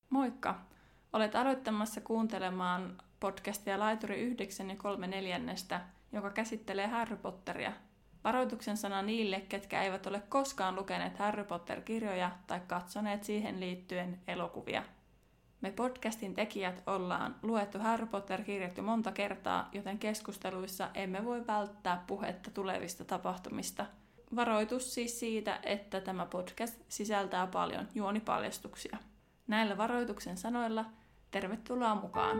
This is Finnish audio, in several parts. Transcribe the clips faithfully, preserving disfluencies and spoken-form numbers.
Moikka! Olet aloittamassa kuuntelemaan podcastia Laituri yhdeksän ja kolme neljännestä, joka käsittelee Harry Potteria. Varoituksen sana niille, ketkä eivät ole koskaan lukeneet Harry Potter-kirjoja tai katsoneet siihen liittyen elokuvia. Me podcastin tekijät ollaan luettu Harry Potter-kirjat jo monta kertaa, joten keskusteluissa emme voi välttää puhetta tulevista tapahtumista. Varoitus siis siitä, että tämä podcast sisältää paljon juonipaljastuksia. Näillä varoituksen sanoilla tervetuloa mukaan!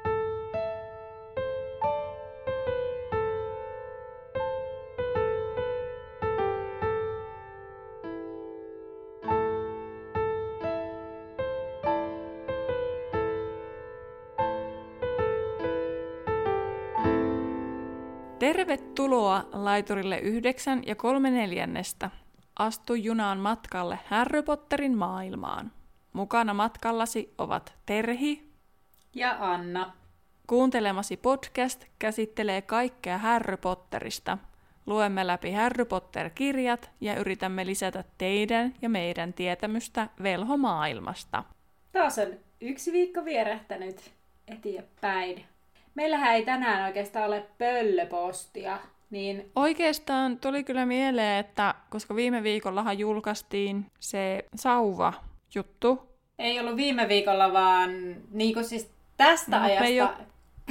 Tervetuloa Laiturille yhdeksän ja kolme neljännestä. Astu junaan matkalle Harry Potterin maailmaan. Mukana matkallasi ovat Terhi ja Anna. Kuuntelemasi podcast käsittelee kaikkea Harry Potterista. Luemme läpi Harry Potter-kirjat ja yritämme lisätä teidän ja meidän tietämystä velhomaailmasta. Taas on yksi viikko vierähtänyt eteenpäin. Meillähän ei tänään oikeastaan ole pöllöpostia, niin... Oikeastaan tuli kyllä mieleen, että koska viime viikollahan julkaistiin se sauva-juttu. Ei ollut viime viikolla, vaan niin kuin siis tästä no, ajasta... Ei ole...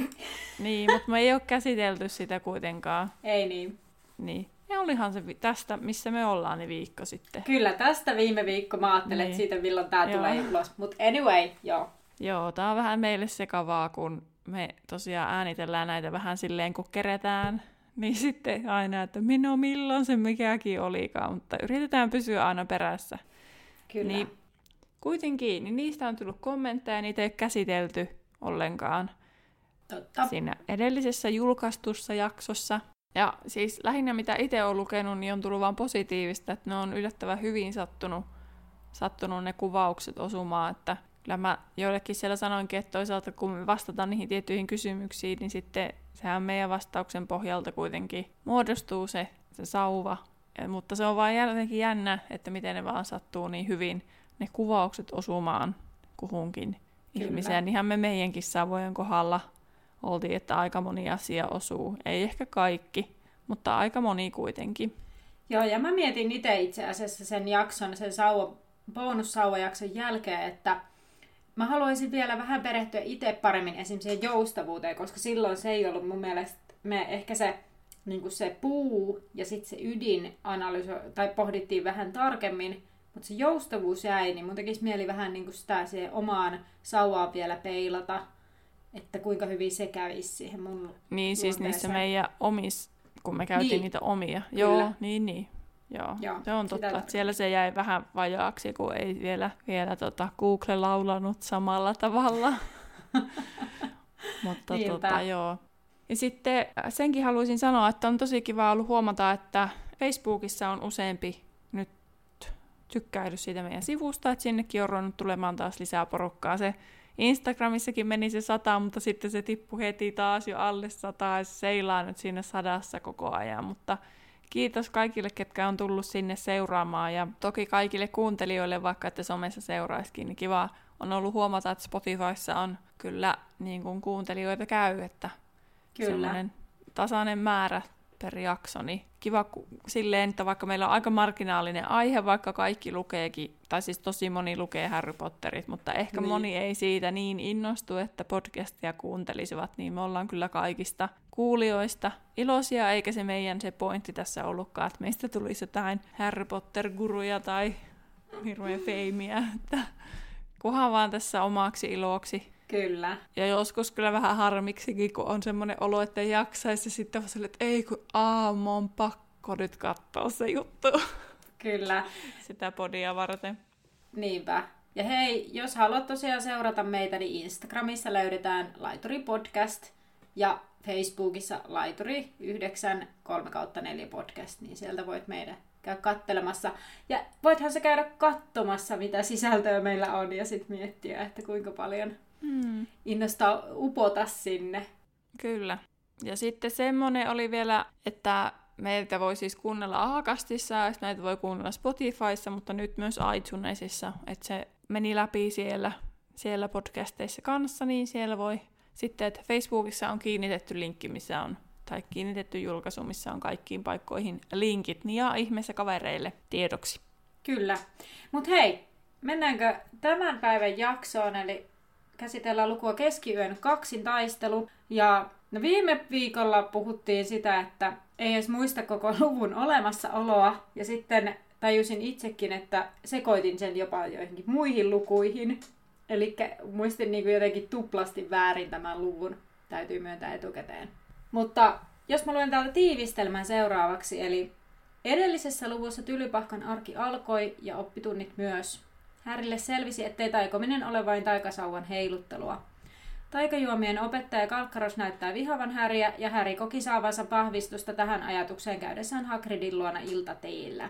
niin, mutta me ei ole käsitelty sitä kuitenkaan. Ei niin. Niin. Ja olihan se tästä, missä me ollaan, niin viikko sitten. Kyllä, tästä viime viikko mä ajattelen, niin. Siitä milloin tää joo. tulee ulos. Mutta anyway, joo. Joo, tää on vähän meille sekavaa, kun me tosiaan äänitellään näitä vähän silleen, kun keretään. Niin sitten aina, että minä milloin se mikäkin olikaan, mutta yritetään pysyä aina perässä. Kyllä. Niin, kuitenkin, niin niistä on tullut kommentteja, niitä ei ole käsitelty ollenkaan. Totta. Siinä edellisessä julkaistussa jaksossa. Ja siis lähinnä mitä itse olen lukenut, niin on tullut vaan positiivista, että ne on yllättävän hyvin sattunut, sattunut ne kuvaukset osumaan, että kyllä mä joillekin siellä sanoinkin, että toisaalta kun me vastataan niihin tiettyihin kysymyksiin, niin sitten sehän meidän vastauksen pohjalta kuitenkin muodostuu se, se sauva. Ja, mutta se on vaan jotenkin jännä, että miten ne vaan sattuu niin hyvin ne kuvaukset osumaan kuhunkin kyllä. ihmiseen. Niinhän me meidänkin sauvojen kohdalla oltiin, että aika moni asia osuu. Ei ehkä kaikki, mutta aika moni kuitenkin. Joo, ja mä mietin itse itse asiassa sen jakson, sen sauva, bonussauvajakson jälkeen, että mä haluaisin vielä vähän perehtyä itse paremmin esimerkiksi siihen joustavuuteen, koska silloin se ei ollut mun mielestä, me ehkä se, niin se puu ja sitten se ydin analysoi, tai pohdittiin vähän tarkemmin, mutta se joustavuus jäi, niin mun tekisi mieli vähän niin sitä siihen omaan sauvaan vielä peilata, että kuinka hyvin se kävisi siihen mun niin, siis niissä meidän omissa, kun me käytiin niin. niitä omia. Kyllä. Joo, niin, niin. Joo, Joo, se on totta, että siellä se jäi vähän vajaaksi, kun ei vielä, vielä tota Google laulanut samalla tavalla. Mutta tota, joo. Ja sitten senkin haluaisin sanoa, että on tosi kiva ollut huomata, että Facebookissa on useampi nyt tykkäily siitä meidän sivusta, että sinnekin on ruvennut tulemaan taas lisää porukkaa. Se Instagramissakin meni se sata, mutta sitten se tippui heti taas jo alle sataa ja se seilaa nyt siinä sadassa koko ajan, mutta kiitos kaikille, ketkä on tullut sinne seuraamaan ja toki kaikille kuuntelijoille, vaikka ette somessa seuraisikin, niin kiva on ollut huomata, että Spotifyssa on kyllä niin kuin kuuntelijoita käy, että kyllä. Semmoinen tasainen määrä per jakso, niin kiva silleen, että vaikka meillä on aika marginaalinen aihe, vaikka kaikki lukeekin, tai siis tosi moni lukee Harry Potterit, mutta ehkä niin. moni ei siitä niin innostu, että podcastia kuuntelisivat, niin me ollaan kyllä kaikista kuulijoista iloisia, eikä se meidän se pointti tässä ollutkaan, että meistä tulisi jotain Harry Potter-guruja tai hirveän feimiä, että kunhan vaan tässä omaksi iloksi. Kyllä. Ja joskus kyllä vähän harmiksikin, kun on semmoinen olo, että ei jaksaisi, ja sitten on että ei kun aamu on pakko nyt katsoa se juttu. Kyllä. Sitä podia varten. Niinpä. Ja hei, jos haluat tosiaan seurata meitä, niin Instagramissa löydetään Laituri Podcast ja Facebookissa Laituri yhdeksän kolme kautta neljä podcast, niin sieltä voit meidän käydä kattelemassa. Ja voithan sä käydä katsomassa, mitä sisältöä meillä on, ja sitten miettiä, että kuinka paljon hmm. innostaa upota sinne. Kyllä. Ja sitten semmoinen oli vielä, että meitä voi siis kuunnella Acastissa, ja meitä voi kuunnella Spotifyssa, mutta nyt myös iTunesissa, että se meni läpi siellä siellä podcasteissa kanssa, niin siellä voi sitten, että Facebookissa on kiinnitetty linkki, missä on, tai kiinnitetty julkaisu, missä on kaikkiin paikkoihin linkit, niin ja ihmeessä kavereille tiedoksi. Kyllä. Mut hei, mennäänkö tämän päivän jaksoon, eli käsitellään lukua Keskiyön kaksintaistelu. Ja no viime viikolla puhuttiin sitä, että ei edes muista koko luvun olemassaoloa, ja sitten tajusin itsekin, että sekoitin sen jopa joihinkin muihin lukuihin. Eli muistin niin kuin jotenkin tuplasti väärin tämän luvun, täytyy myöntää etukäteen. Mutta jos mä luen täältä tiivistelmän seuraavaksi, eli edellisessä luvussa Tylypahkan arki alkoi ja oppitunnit myös. Harrylle selvisi, ettei taikominen ole vain taikasauvan heiluttelua. Taikajuomien opettaja Kalkkaros näyttää vihavan Harryä ja Harry koki saavansa vahvistusta tähän ajatukseen käydessään Hagridin luona iltateillä.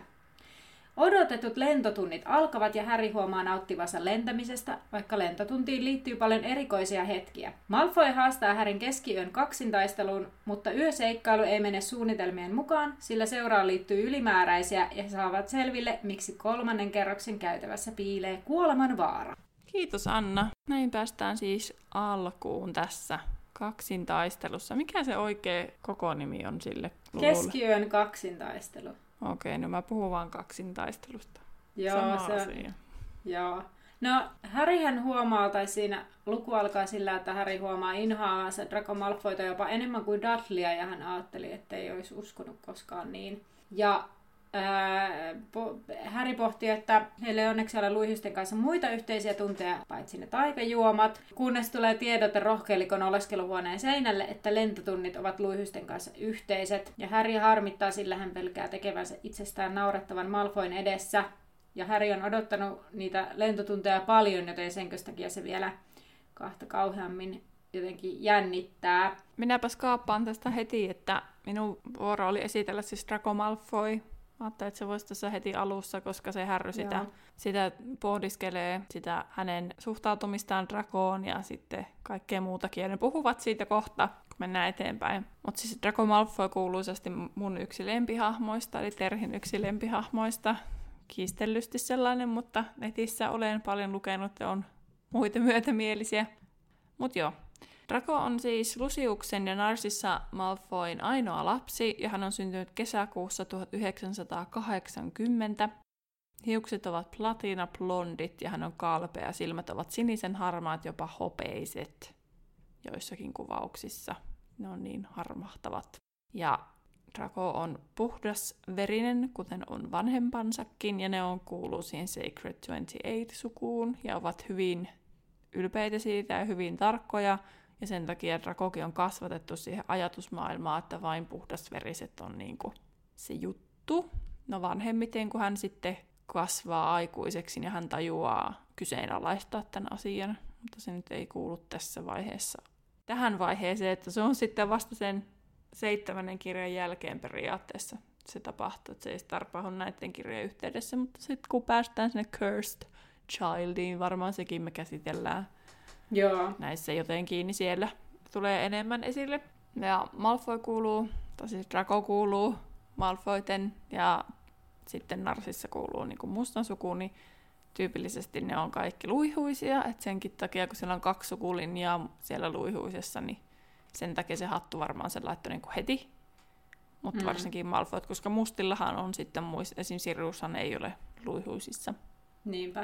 Odotetut lentotunnit alkavat ja Harry huomaa nauttivansa lentämisestä, vaikka lentotuntiin liittyy paljon erikoisia hetkiä. Malfoy haastaa Harryn Keskiyön kaksintaisteluun, mutta yöseikkailu ei mene suunnitelmien mukaan, sillä seuraan liittyy ylimääräisiä ja he saavat selville, miksi kolmannen kerroksen käytävässä piilee kuoleman vaara. Kiitos Anna. Näin päästään siis alkuun tässä kaksintaistelussa. Mikä se oikea koko nimi on sille luvulle? Keskiyön kaksintaistelu. Okei, no mä puhun vaan kaksintaistelusta. Joo, Sama se, asia. Joo. No, Harryhän huomaa, tai siinä luku alkaa sillä, että Harry huomaa inhoavansa Draco Malfoyta jopa enemmän kuin Dudleya, ja hän ajatteli, ettei olisi uskonut koskaan niin. Ja ää, po- Harry pohti, että heillä ei onneksi ole luihysten kanssa muita yhteisiä tunteja, paitsi ne taikajuomat, kunnes tulee tiedote rohkeilikon oleskeluhuoneen seinälle, että lentotunnit ovat luihysten kanssa yhteiset, ja Harry harmittaa, sillä hän pelkää tekevänsä itsestään naurettavan Malfoyn edessä. Ja Harry on odottanut niitä lentotunteja paljon, joten senkös takia se vielä kahta kauheammin jotenkin jännittää. Minäpäs kaappaan tästä heti, että minun vuoro oli esitellä siis Draco Malfoy. Mä ajattelin, että se voisi tässä heti alussa, koska se Harry sitä, sitä pohdiskelee, sitä hänen suhtautumistaan Dracoon ja sitten kaikkea muutakin. Ja ne puhuvat siitä kohta, kun mennään eteenpäin. Mutta siis Draco Malfoy kuuluisasti mun yksi lempihahmoista, eli Terhin yksi lempihahmoista. Kiistellysti sellainen, mutta netissä olen paljon lukenut ja on muita myötämielisiä. Mut joo. Draco on siis Luciuksen ja Narcissa Malfoyn ainoa lapsi, ja hän on syntynyt kesäkuussa tuhatyhdeksänsataakahdeksankymmentä. Hiukset ovat platina-blondit ja hän on kalpea, silmät ovat sinisen harmaat, jopa hopeiset joissakin kuvauksissa. Ne on niin harmahtavat. Ja Draco on puhdasverinen, kuten on vanhempansakin, ja ne on kuuluu siihen Sacred kaksikymmentäkahdeksan-sukuun, ja ovat hyvin ylpeitä siitä ja hyvin tarkkoja, ja sen takia Dracokin on kasvatettu siihen ajatusmaailmaan, että vain puhdasveriset on niinku se juttu. No vanhemmiten, kun hän sitten kasvaa aikuiseksi, niin hän tajuaa kyseenalaistaa tämän asian, mutta se nyt ei kuulu tässä vaiheessa tähän vaiheeseen, että se on sitten vasta sen seitsemännen kirjan jälkeen periaatteessa se tapahtuu, että se ei tarpaahu näiden kirjojen yhteydessä, mutta sitten kun päästään sinne Cursed Childiin, varmaan sekin me käsitellään. Joo. Näissä jotenkin, niin siellä tulee enemmän esille. Ja Malfoy kuuluu, tai siis Draco kuuluu Malfoyten, ja sitten Narcissa kuuluu niin kuin mustan sukuun, niin tyypillisesti ne on kaikki luihuisia, että senkin takia, kun siellä on kaksi sukulinjaa siellä luihuisessa, niin sen takia se hattu varmaan sen laittoi niin kuin heti. Mutta mm. varsinkin Malfoyt, koska mustillahan on sitten muist, esim. Siriushan ei ole luihuisissa. Niinpä.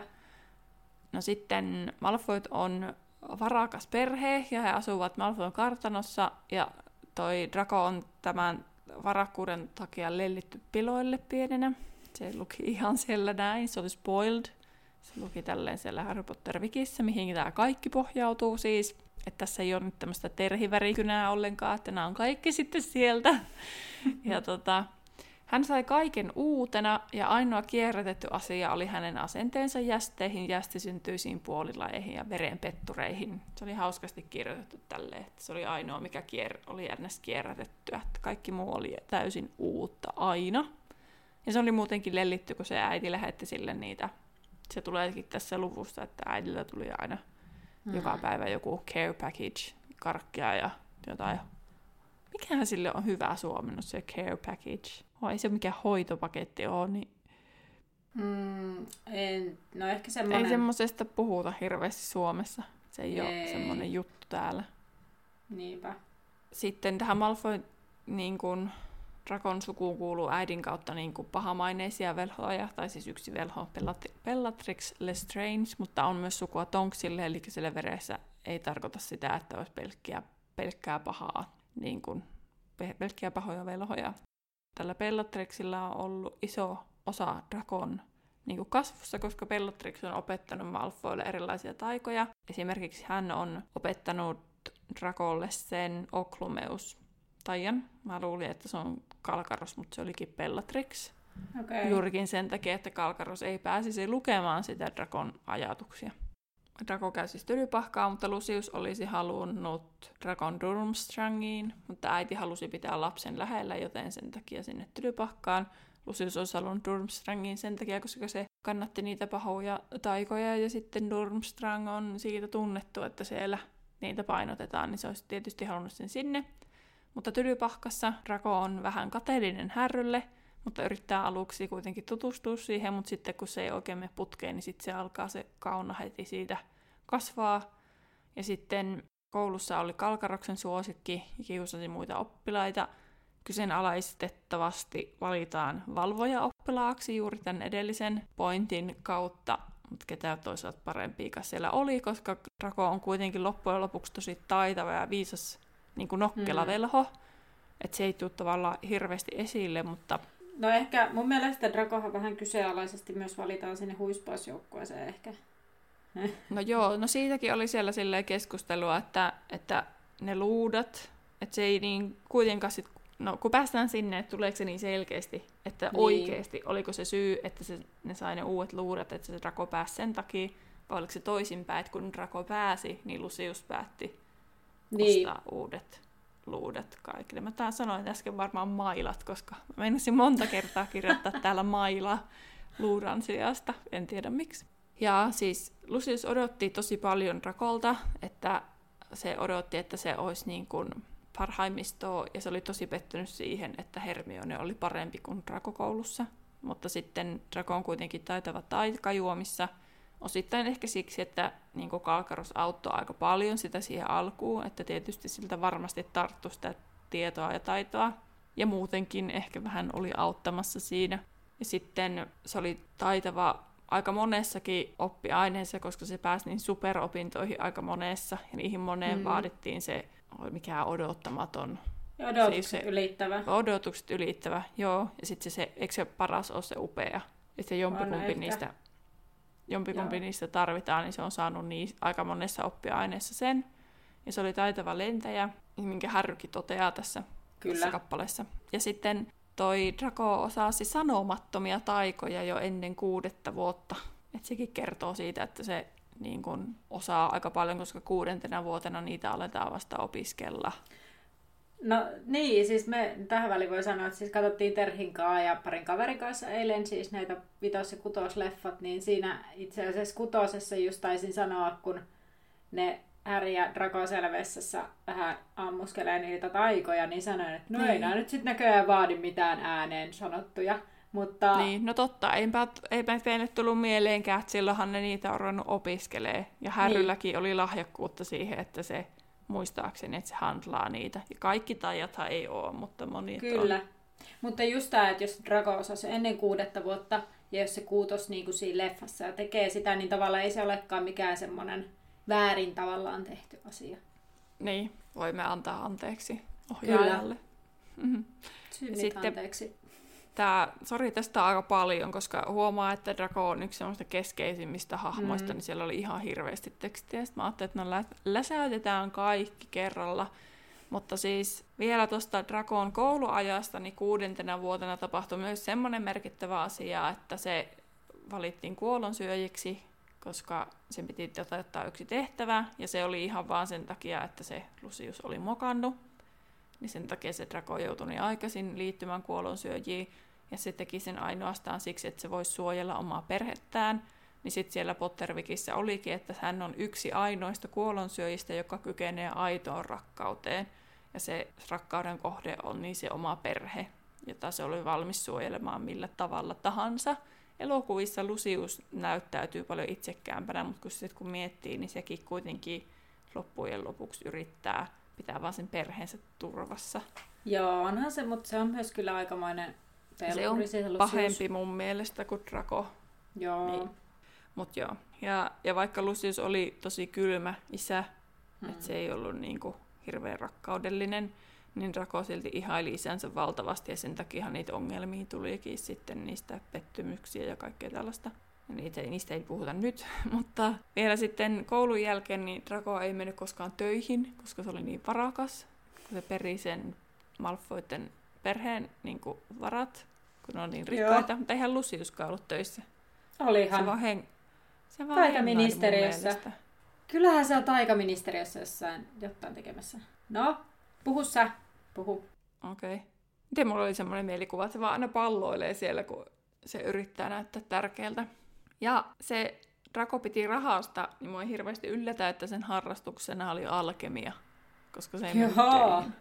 No sitten Malfoyt on varakas perhe ja he asuvat Malfoyn kartanossa ja toi Draco on tämän varakkuuden takia lellitty piloille pienenä. Se luki ihan siellä näin, se oli spoiled. Se luki tälleen siellä Harry Potter-wikissä, mihin tämä kaikki pohjautuu siis. Että tässä ei ole nyt tämmöistä terhivärikynää ollenkaan, että nämä on kaikki sitten sieltä. Ja tota, hän sai kaiken uutena, ja ainoa kierrätetty asia oli hänen asenteensa jästeihin, jästisyntyisiin puolilajeihin ja verenpettureihin. Se oli hauskasti kirjoitettu tälleen, että se oli ainoa, mikä kier- oli ennäs kierrätettyä. Että kaikki muu oli täysin uutta aina. Ja se oli muutenkin lellitty, kun se äiti lähetti sille niitä. Se tuleekin tässä luvussa, että äidillä tuli aina mm. joka päivä joku care package, karkkia ja jotain. Mikähän sille on hyvä suomennus, se care package? Oh, ei se mikään hoitopaketti ole, niin Mm, en, no ehkä semmoinen... Ei semmoisesta puhuta hirveästi Suomessa. Se ei, ei. ole semmoinen juttu täällä. Niinpä. Sitten tähän Malfoy niin kuin Drakon sukuun kuuluu äidin kautta niin kuin pahamaineisia velhoja, tai siis yksi velho Bellatrix Lestrange, mutta on myös sukua Tonksille, eli sille veressä ei tarkoita sitä, että olisi pelkkiä, pelkkää pahaa, niin kuin pelkkiä pahoja velhoja. Tällä Bellatrixilla on ollut iso osa Drakon niin kuin kasvussa, koska Bellatrix on opettanut Malfoylle erilaisia taikoja. Esimerkiksi hän on opettanut Dracolle sen Oklumeus-taian. Mä luulin, että se on Kalkaros, mutta se olikin Bellatrix. Okay. Juurikin sen takia, että Kalkaros ei pääsisi lukemaan sitä Drakon ajatuksia. Draco käy siis Tylypahkaa, mutta Lucius olisi halunnut Drakon Durmstrangiin, mutta äiti halusi pitää lapsen lähellä, joten sen takia sinne Tylypahkaan. Lucius olisi halunnut Durmstrangiin sen takia, koska se kannatti niitä pahoja taikoja, ja sitten Durmstrang on siitä tunnettu, että siellä niitä painotetaan, niin se olisi tietysti halunnut sen sinne. Mutta Tylypahkassa Draco on vähän kateellinen härrylle, mutta yrittää aluksi kuitenkin tutustua siihen, mutta sitten kun se ei oikein mene putkeen, niin sitten se alkaa se kauna heti siitä kasvaa. Ja sitten koulussa oli Kalkaroksen suosikki ja kiusasi muita oppilaita. Kyseenalaistettavasti valitaan valvoja-oppilaaksi juuri tämän edellisen pointin kautta, mutta ketä toisaalta parempiakaan siellä oli, koska Draco on kuitenkin loppujen lopuksi tosi taitava ja viisas niin kuin nokkela velho. Että se ei tule tavallaan hirveästi esille, mutta... No ehkä mun mielestä Dracohan vähän kyseenalaisesti myös valitaan sinne huispausjoukkueeseen ehkä. No joo, no siitäkin oli siellä silleen keskustelua, että, että ne luudat, että se ei niin kuitenkaan sit, no kun päästään sinne, että tuleeko se niin selkeästi, että niin. Oikeasti oliko se syy, että se, ne sai ne uudet luudat, että se Draco pääsi sen takia, vai oliko se toisinpäin, että kun Draco pääsi, niin Lucius päätti niin. Ostaa uudet luudat kaikille. Mä tää sanoin äsken varmaan mailat, koska mä meinasin monta kertaa kirjoittaa täällä mailaa luudan sijasta, en tiedä miksi. Ja siis Lucius odotti tosi paljon Dracolta, että se odotti, että se olisi niin kuin parhaimmistoa, ja se oli tosi pettynyt siihen, että Hermione oli parempi kuin Draco koulussa. Mutta sitten Draco on kuitenkin taitava taikajuomissa, osittain ehkä siksi, että niin kuin Kalkaros auttoi aika paljon sitä siihen alkuun, että tietysti siltä varmasti tarttui sitä tietoa ja taitoa, ja muutenkin ehkä vähän oli auttamassa siinä. Ja sitten se oli taitava aika monessakin oppiaineessa, koska se pääsi niin superopintoihin aika monessa, ja niihin moneen mm. vaadittiin se, mikä odottamaton. Ja odotukset se, ylittävä. Odotukset ylittävä, joo. Ja sitten se, se, eikö se paras ole se upea? Että se jompikumpi niistä, jompikumpi niistä tarvitaan, niin se on saanut niin, aika monessa oppiaineessa sen. Ja se oli taitava lentäjä, minkä Harrykin toteaa tässä, tässä kappaleessa. Ja sitten toi Draco osasi sanomattomia taikoja jo ennen kuudetta vuotta. Et sekin kertoo siitä, että se niin kun osaa aika paljon, koska kuudentena vuotena niitä aletaan vasta opiskella. No niin, siis me tähän väliin voi sanoa, että siis katsottiin Terhin kanssa ja parin kaverin kanssa eilen siis näitä vitos- ja kutosleffat, niin siinä itse asiassa kutosessa just taisin sanoa, kun ne Harry ja Draco siellä vessassa vähän ammuskelee niitä taikoja, niin sanoin, että no niin. Ei nää nyt sitten näköjään vaadi mitään ääneen sanottuja. Mutta... Niin, no totta, eipä, eipä teille tullut mieleenkään, että silloinhan ne niitä on ruvennut opiskelee. Ja Harrylläkin niin. Oli lahjakkuutta siihen, että se muistaakseni, että se handlaa niitä. Ja kaikki taijathan ei ole, mutta moni Kyllä, on. Mutta just tämä, että jos Draco osasi ennen kuudetta vuotta, ja jos se kuutos niin kuin siinä leffassa ja tekee sitä, niin tavallaan ei se olekaan mikään semmoinen väärin tavallaan tehty asia. Niin, voimme antaa anteeksi ohjaajalle. Mm-hmm. Synnit anteeksi. Tää, sori tästä aika paljon, koska huomaa, että Draco on yksi semmoista keskeisimmistä hahmoista, mm. niin siellä oli ihan hirveästi tekstiä. Sitten mä ajattelin, että no lä- läsäytetään kaikki kerralla. Mutta siis vielä tuosta Dracon kouluajasta, niin kuudentena vuotena tapahtui myös semmoinen merkittävä asia, että se valittiin kuolonsyöjiksi, koska sen piti toteuttaa yksi tehtävä, ja se oli ihan vaan sen takia, että se Lucius oli mokannut. Niin sen takia se Draco joutui niin aikaisin liittymään kuolonsyöjiin, ja se teki sen ainoastaan siksi, että se voisi suojella omaa perhettään. Niin sitten siellä Pottervikissä olikin, että hän on yksi ainoista kuolonsyöjistä, joka kykenee aitoon rakkauteen. Ja se rakkauden kohde on niin se oma perhe, jota se oli valmis suojelemaan millä tavalla tahansa. elokuvissa Lucius näyttäytyy paljon itsekäämpänä, mutta kun, sit, kun miettii, niin sekin kuitenkin loppujen lopuksi yrittää pitää vaan sen perheensä turvassa. Joo, onhan se, mutta se on myös kyllä aikamoinen peluri. Se on pahempi mun mielestä kuin Draco. Joo. Niin. Mut joo. Ja, ja vaikka Lucius oli tosi kylmä isä, hmm. että se ei ollut niinku hirveän rakkaudellinen, niin Draco silti ihaili isänsä valtavasti ja sen takia niitä ongelmia tulikin sitten niistä pettymyksiä ja kaikkea tällaista. Ja niitä, niistä ei puhuta nyt, mutta vielä sitten koulun jälkeen niin Draco ei mennyt koskaan töihin, koska se oli niin varakas, kun se peri sen Malfoyten perheen niin kuin varat, kun ne on niin rikkaita. Mutta eihän Luciuskaan ollut töissä. Olihan. Se vaan, heng... se vaan taikaministeriössä. Kyllähän se on taikaministeriössä jossain jotain tekemässä. No, puhu sä. Puhu. Okei. Okay. Miten mulla oli semmoinen mielikuva, että se vaan aina palloilee siellä, kun se yrittää näyttää tärkeältä. Ja se Draco piti rahasta, niin mua ei hirveästi yllätä, että sen harrastuksena oli alkemia, koska se ei mennyt töihin.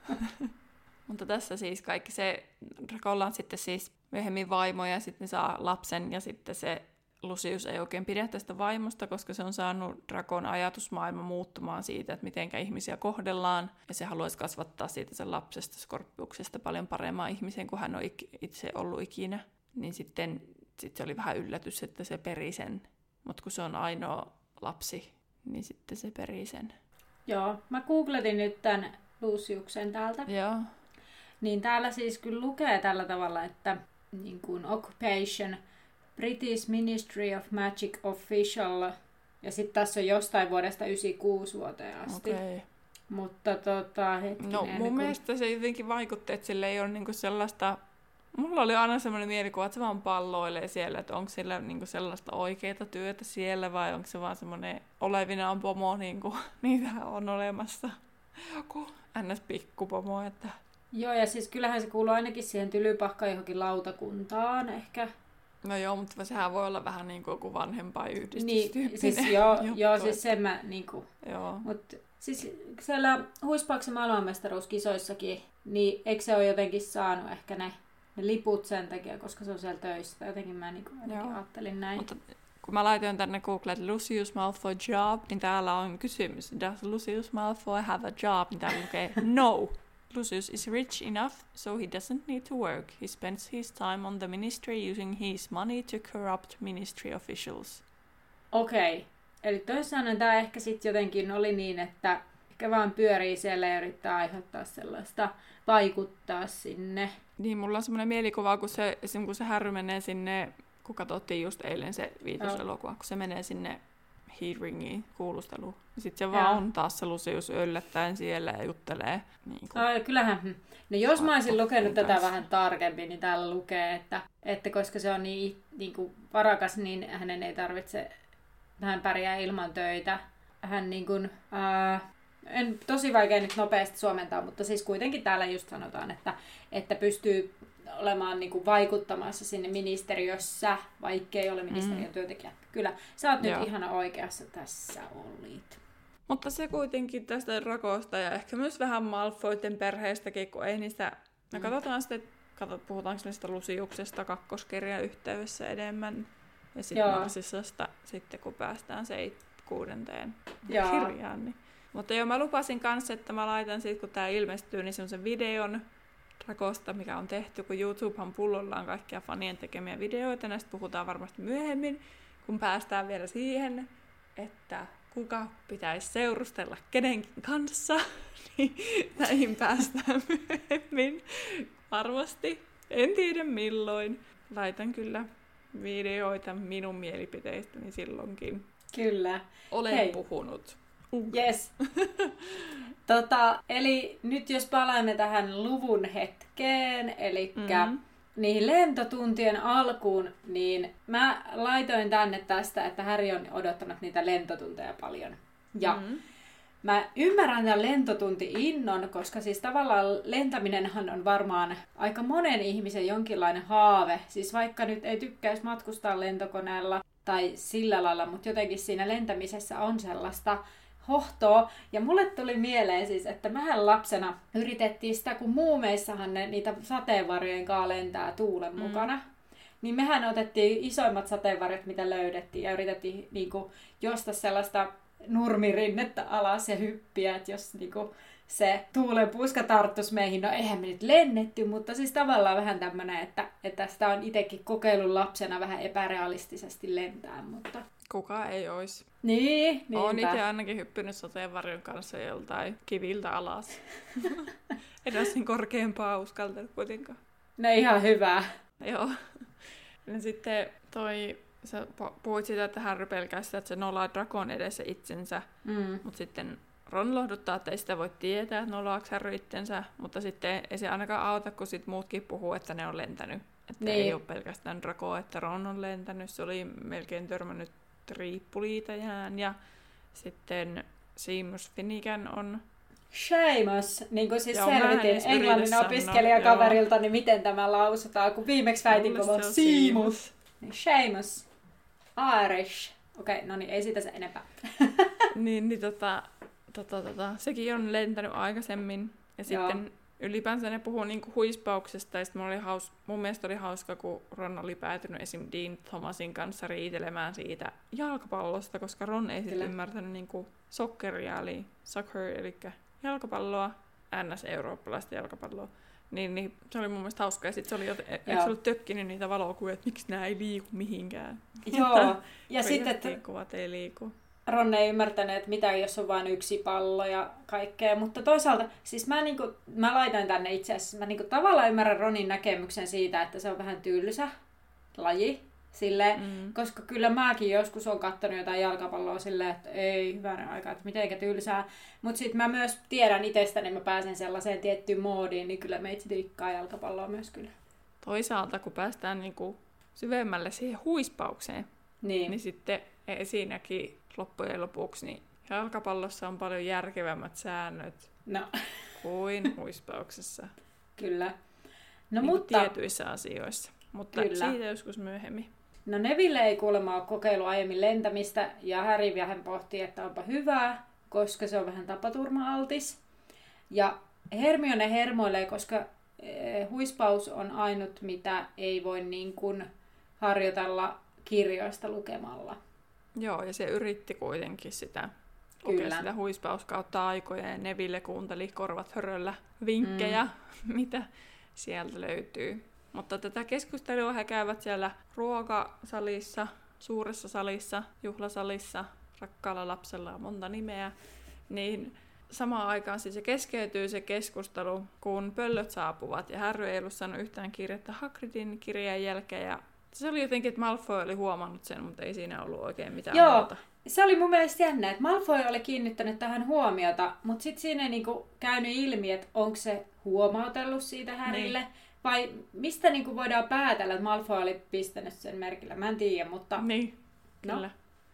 Mutta tässä siis kaikki se, Dracolla on sitten siis myöhemmin vaimo ja sitten ne saa lapsen ja sitten se Lucius ei oikein pidä tästä vaimosta, koska se on saanut Dracon ajatusmaailma muuttumaan siitä, että mitenkä ihmisiä kohdellaan. Ja se haluaisi kasvattaa siitä sen lapsesta, Skorpiuksesta, paljon paremman ihmisen kuin hän on itse ollut ikinä. Niin sitten sit se oli vähän yllätys, että se peri sen. Mutta kun se on ainoa lapsi, niin sitten se peri sen. Joo, mä googletin nyt tämän Luciuksen täältä. Joo. Niin täällä siis kyllä lukee tällä tavalla, että niin kuin occupation, British Ministry of Magic Official, ja sitten tässä on jostain vuodesta yhdeksänkymmentäkuusi vuoteen asti. Okay. Mutta tota, hetkinen. No mun kun... mielestä se jotenkin vaikutti, että sillä ei ole niinku sellaista, mulla oli aina semmoinen mielikuva, että se vaan palloilee siellä, että onko sillä niinku sellaista oikeaa työtä siellä, vai onko se vaan semmoinen olevinaan pomo, niin kuin niitä on olemassa. Joku ns. Pikkupomo, että... Joo, ja siis kyllähän se kuuluu ainakin siihen tylypahkaan johonkin lautakuntaan ehkä. No joo, mutta sehän voi olla vähän niin kuin joku vanhempaiyhdistystyyppinen. Niin, siis joo, joo, siis sen mä niinku... Joo. Mut siis siellä Huispauksen maailmanmestaruuskisoissakin, niin eikö se ole jotenkin saanut ehkä ne, ne liput sen takia, koska se on siellä töissä. Jotenkin mä niinku ajattelin näin. Mutta kun mä laitoin tänne Google, että Lucius Malfoy job, niin täällä on kysymys. Does Lucius Malfoy have a job? Niin täällä lukee no. Lucius is rich enough, so he doesn't need to work. He spends his time on the ministry using his money to corrupt ministry officials. Okei. Okay. Eli toisin sanoen tämä ehkä sitten jotenkin oli niin, että ehkä vaan pyörii siellä ja yrittää aiheuttaa sellaista, vaikuttaa sinne. Niin, mulla on semmoinen mielikuva, kun se, kun se Harry menee sinne, kun katsottiin just eilen se viitoselokuva, kun se menee sinne Heatringiin kuulusteluun. Sitten se vaan on taas se Lucius yllättäen siellä ja juttelee. Niin kuin, no, kyllähän. No jos mä olisin lukenut tätä kanssa vähän tarkemmin, niin täällä lukee, että, että koska se on niin, niin kuin varakas, niin hänen ei tarvitse, hän pärjää ilman töitä. Hän niin kuin, ää, en tosi vaikea nyt nopeasti suomentaa, mutta siis kuitenkin täällä just sanotaan, että, että pystyy olemaan niin kuin vaikuttamassa sinne ministeriössä, vaikkei ole ministeriön työntekijä. Kyllä, sä oot Joo. nyt ihana oikeassa, tässä olit. Mutta se kuitenkin tästä Dracosta ja ehkä myös vähän Malfoyten perheestäkin, kun ei niistä... Me mm. katsotaan sitten, katsot, puhutaanko niistä Luciuksesta kakkoskirjan yhteydessä enemmän. Ja sitten Narsissasta sitten, kun päästään se kuudenteen Joo. kirjaan. Niin. Mutta joo, mä lupasin kanssa, että mä laitan sitten, kun tää ilmestyy, niin semmoisen videon Dracosta, mikä on tehty, kun YouTubehan pullollaan kaikkia fanien tekemiä videoita. Näistä puhutaan varmasti myöhemmin, kun päästään vielä siihen, että kuka pitäisi seurustella kenenkin kanssa, niin näihin päästään myöhemmin. Varmasti. En tiedä milloin. Laitan kyllä videoita minun mielipiteistäni silloinkin. Kyllä. Olen Hei. puhunut. Uh. Yes. tota, eli nyt jos palaamme tähän luvun hetkeen, eli mm-hmm. niihin lentotuntien alkuun, niin mä laitoin tänne tästä, että Harry on odottanut niitä lentotunteja paljon. Ja mm-hmm. mä ymmärrän tämän lentotunti-innon, koska siis tavallaan lentäminenhän on varmaan aika monen ihmisen jonkinlainen haave. Siis vaikka nyt ei tykkäisi matkustaa lentokoneella tai sillä lailla, mutta jotenkin siinä lentämisessä on sellaista hohtoa. Ja mulle tuli mieleen siis, että mehän lapsena yritettiin sitä, kun muumeissahan ne niitä sateenvarjojen kanssa lentää tuulen mm. mukana. niin mehän otettiin isoimmat sateenvarjot, mitä löydettiin, ja yritettiin niin kuin, josta sellaista nurmirinnettä alas ja hyppiä, että jos niin kuin, se tuulen puska tarttuisi meihin, no eihän me nyt lennetty, mutta siis tavallaan vähän tämmöinen, että, että sitä on itsekin kokeillut lapsena vähän epärealistisesti lentää, mutta... Kuka ei ois. Niin, niinpä. Oon itse ainakin hyppinyt sateenvarjon kanssa joltain kiviltä alas. En ole sen korkeampaa uskaltanut kuitenkaan. No ihan hyvä. Joo. Ja sitten toi, sä puhuit siitä, että Harry pelkää sitä, että se nolaa Drakon edessä itsensä, mm. mutta sitten Ron lohduttaa, että ei sitä voi tietää, että nolaako Harry itsensä, mutta sitten ei se ainakaan auta, kun sit muutkin puhuu, että ne on lentänyt. Että niin. Ei ole pelkästään Draco, että Ron on lentänyt, se oli melkein törmännyt riippuliitäjään, ja sitten Seamus Finnegan on... Seamus, niin kuin siis joo, selvitin englannin opiskelijakaverilta, joo. Niin miten tämä lausutaan, kun viimeksi väitin, kun on Seamus. Niin Seamus. Irish. Okei, okay, no niin, ei siitä se enempää. niin, niin tota, tota, tota, sekin on lentänyt aikaisemmin, ja joo. Sitten ylipäänsä ne puhuu niinku huispauksesta, ja sitten oli haus, mun mielestä oli hauska, kun Ron oli päätynyt esim. Dean Thomasin kanssa riitelemään siitä jalkapallosta, koska Ron ei sitten ymmärtänyt niinku socceria, eli soccer, eli jalkapalloa, ns. Eurooppalaista jalkapalloa. Niin, niin se oli mun mielestä hauska, ja sitten se oli, eikö se ollut tökkinyt niitä valokuvia, että miksi nämä ei liiku mihinkään. Joo, ja sitten, että kuvat ei liiku. Ron ei ymmärtänyt, että mitä jos on vain yksi pallo ja kaikkea, mutta toisaalta, siis mä, niinku, mä laitoin tänne itse asiassa, mä niinku tavallaan ymmärrän Ronin näkemyksen siitä, että se on vähän tylsä laji, silleen, mm. koska kyllä mäkin joskus on katsonut jotain jalkapalloa silleen, että ei hyvänä aikaa, että mitenkä tylsää, mutta sitten mä myös tiedän itsestäni, että mä pääsen sellaiseen tiettyyn moodiin, niin kyllä me itse dikkaa jalkapalloa myös kyllä. Toisaalta, kun päästään niinku syvemmälle siihen huispaukseen, niin, niin sitten siinäkin loppujen lopuksi, niin jalkapallossa on paljon järkevämmät säännöt no. kuin huispauksessa. Kyllä. No, niin mutta... tietyissä asioissa, mutta kyllä. Siitä joskus myöhemmin. No Neville ei kuulemma ole kokeillut aiemmin lentämistä, ja Harry vähän pohtii, että onpa hyvää, koska se on vähän tapaturma-altis. Ja Hermione hermoilee, koska huispaus on ainut, mitä ei voi niin kuin harjoitella kirjoista lukemalla. Joo, ja se yritti kuitenkin sitä, lukea sitä huispauskautta aikoja, ja Neville kuunteli korvat höröllä vinkkejä, mm. mitä sieltä löytyy. Mutta tätä keskustelua he käyvät siellä ruokasalissa, suuressa salissa, juhlasalissa, rakkaalla lapsella on monta nimeä, niin samaan aikaan siis se keskeytyy se keskustelu, kun pöllöt saapuvat, ja Harry ei ollut saanut yhtään kirjettä Hagridin kirjeen jälkeen, ja se oli jotenkin, että Malfoy oli huomannut sen, mutta ei siinä ollut oikein mitään Joo, muuta. Se oli mun mielestä jännä, että Malfoy oli kiinnittänyt tähän huomiota, mutta sitten siinä ei niinku käynyt ilmi, että onko se huomautellut siitä Harrylle, niin. Vai mistä niinku voidaan päätellä, että Malfoy oli pistänyt sen merkillä. Mä en tiedä, mutta... Niin, no. Kyllä.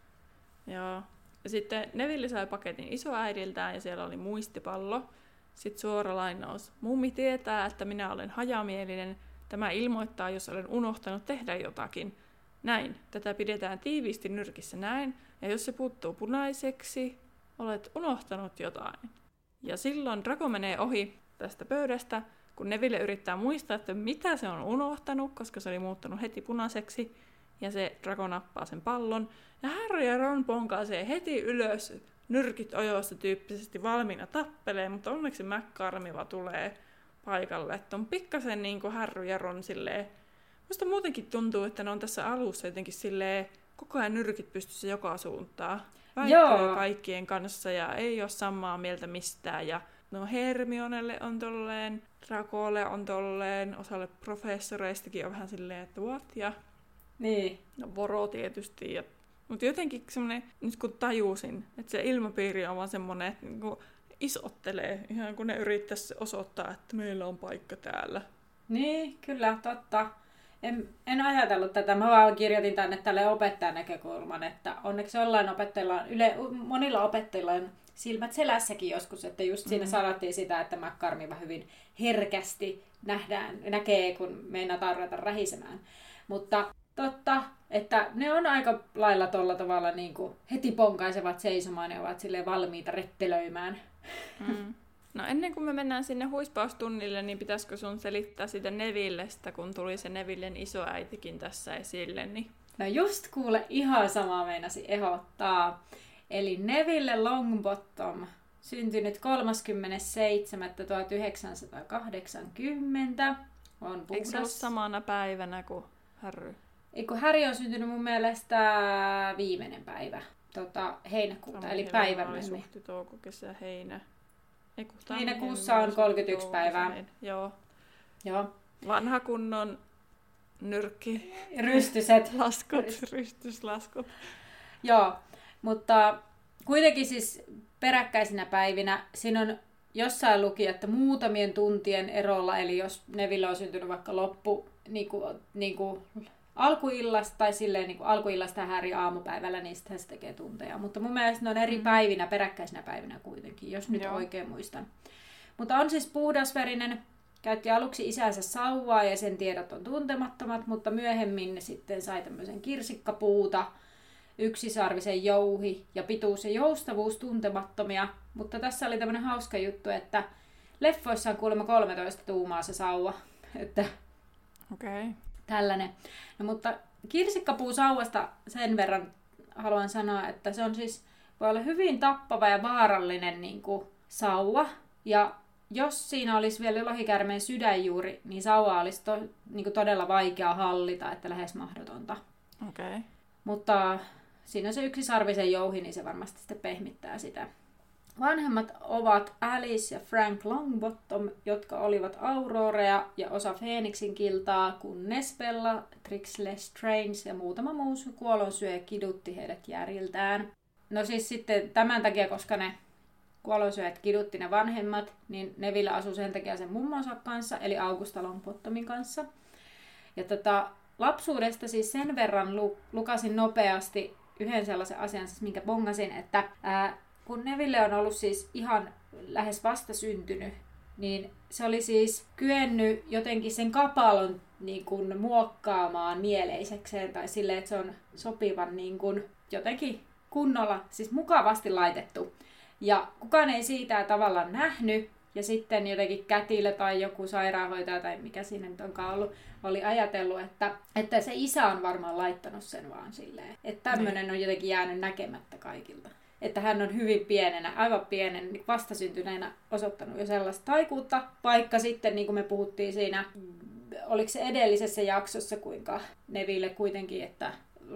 Joo. Ja sitten Neville sai paketin isoäidiltään ja siellä oli muistipallo. Sitten suora lainaus. Mummi tietää, että minä olen hajamielinen. Tämä ilmoittaa, jos olen unohtanut tehdä jotakin. Näin. Tätä pidetään tiiviisti nyrkissä näin. Ja jos se puuttuu punaiseksi, olet unohtanut jotain. Ja silloin Draco menee ohi tästä pöydästä, kun Neville yrittää muistaa, että mitä se on unohtanut, koska se oli muuttunut heti punaiseksi. Ja se Draco nappaa sen pallon. Ja Harry ja Ron ponkaisee heti ylös nyrkit ojossa tyyppisesti valmiina tappeleen, mutta onneksi McCormiva tulee paikalle. Että on pikkasen niin kuin Harry ja Ron silleen. Musta muutenkin tuntuu, että ne on tässä alussa jotenkin silleen koko ajan nyrkit pystyssä joka suuntaan. Väittelee kaikkien kanssa ja ei ole samaa mieltä mistään. Ja no Hermionelle on tolleen, Dracolle on tolleen, osalle professoreistakin on vähän silleen, että what? Ja niin. No Voro tietysti. Ja, mutta jotenkin semmoinen, nyt kun tajusin, että se ilmapiiri on vaan semmoinen, että niinku isottelee, ihan kun ne yrittäisi osoittaa, että meillä on paikka täällä. Niin, kyllä, totta. En, en ajatellut tätä. Mä vaan kirjoitin tänne tälle opettajan näkökulman, että onneksi jollain opettajilla on, yle, monilla opettajilla on silmät selässäkin joskus, että just siinä mm-hmm. sanottiin sitä, että McCormiva hyvin herkästi nähdään, näkee, kun meinataan ruveta rähisemään. Mutta totta, että ne on aika lailla tolla tavalla niin kuin heti ponkaisevat seisomaan ja ovat silleen valmiita rettelöimään. Mm. No ennen kuin me mennään sinne huispaustunnille, niin pitäisikö sun selittää sitä Nevillestä, kun tuli se Nevillen isoäitikin tässä esille? Niin... No just kuule, ihan samaa meinasi ehdottaa. Eli Neville Longbottom, syntynyt kolmaskymmenes seitsemättä tuhatyhdeksänsataakahdeksankymmentä, on puhdas. Eikö se ollut samana päivänä kuin Harry? Eikö Harry on syntynyt mun mielestä viimeinen päivä, tota, heinäkuuta, Sama eli päivä myöhemmin. Suhti, touko, kesä, heinä. Eiku, Heinäkuussa on kolmekymmentäyksi päivää. Joo. Joo. Vanha kunnon nyrkki. Rystyset. Laskut, rystyslaskut. Joo, mutta kuitenkin siis peräkkäisinä päivinä siinä on jossain luki, että muutamien tuntien erolla, eli jos Neville on syntynyt vaikka loppu niin kuin, niin kuin alkuillasta tai silleen niin kuin alkuillasta ja Harry aamupäivällä, niin sitten se tekee tunteja. Mutta mun mielestä ne on eri päivinä, peräkkäisinä päivinä kuitenkin, jos nyt Joo. oikein muistan. Mutta on siis puhdasverinen, käytti aluksi isänsä sauvaa ja sen tiedot on tuntemattomat, mutta myöhemmin sitten sai tämmöisen kirsikkapuuta, yksisarvisen jouhi ja pituus ja joustavuus tuntemattomia. Mutta tässä oli tämmöinen hauska juttu, että leffoissa on kuulemma kolmetoista tuumaa se sauva. Että okay. Tällainen. No, mutta kirsikkapuusauvasta sen verran haluan sanoa, että se on siis, voi olla hyvin tappava ja vaarallinen niin kuin sauva. Ja jos siinä olisi vielä lohikäärmeen sydänjuuri, niin sauva olisi to, niin kuin todella vaikea hallita, että lähes mahdotonta. Okay. Mutta siinä on se yksisarvisen jouhi, niin se varmasti sitten pehmittää sitä. Vanhemmat ovat Alice ja Frank Longbottom, jotka olivat Aurorea ja osa Phoenixin kiltaa, kunnes Bella, Trix Lestrange ja muutama muu kuolonsyöjä kidutti heidät järjiltään. No siis sitten tämän takia, koska ne kuolonsyöjät kidutti ne vanhemmat, niin Neville asui sen takia sen mummonsa kanssa, eli Augusta Longbottomin kanssa. Ja tota, lapsuudesta siis sen verran lu- lukasin nopeasti yhden sellaisen asian, siis minkä bongasin, että ää, kun Neville on ollut siis ihan lähes vasta syntynyt, niin se oli siis kyennyt jotenkin sen kapalon niin kuin muokkaamaan mieleisekseen tai silleen, että se on sopivan niin kuin jotenkin kunnolla, siis mukavasti laitettu. Ja kukaan ei siitä tavallaan nähnyt, ja sitten jotenkin kätilö tai joku sairaanhoitaja tai mikä siinä nyt onkaan ollut, oli ajatellut, että, että se isä on varmaan laittanut sen vaan silleen. Että tämmöinen on jotenkin jäänyt näkemättä kaikilta. Että hän on hyvin pienenä, aivan pienen, vastasyntyneenä osoittanut jo sellaista taikuutta, vaikka sitten, niin kuin me puhuttiin siinä, oliko se edellisessä jaksossa, kuinka Neville kuitenkin, että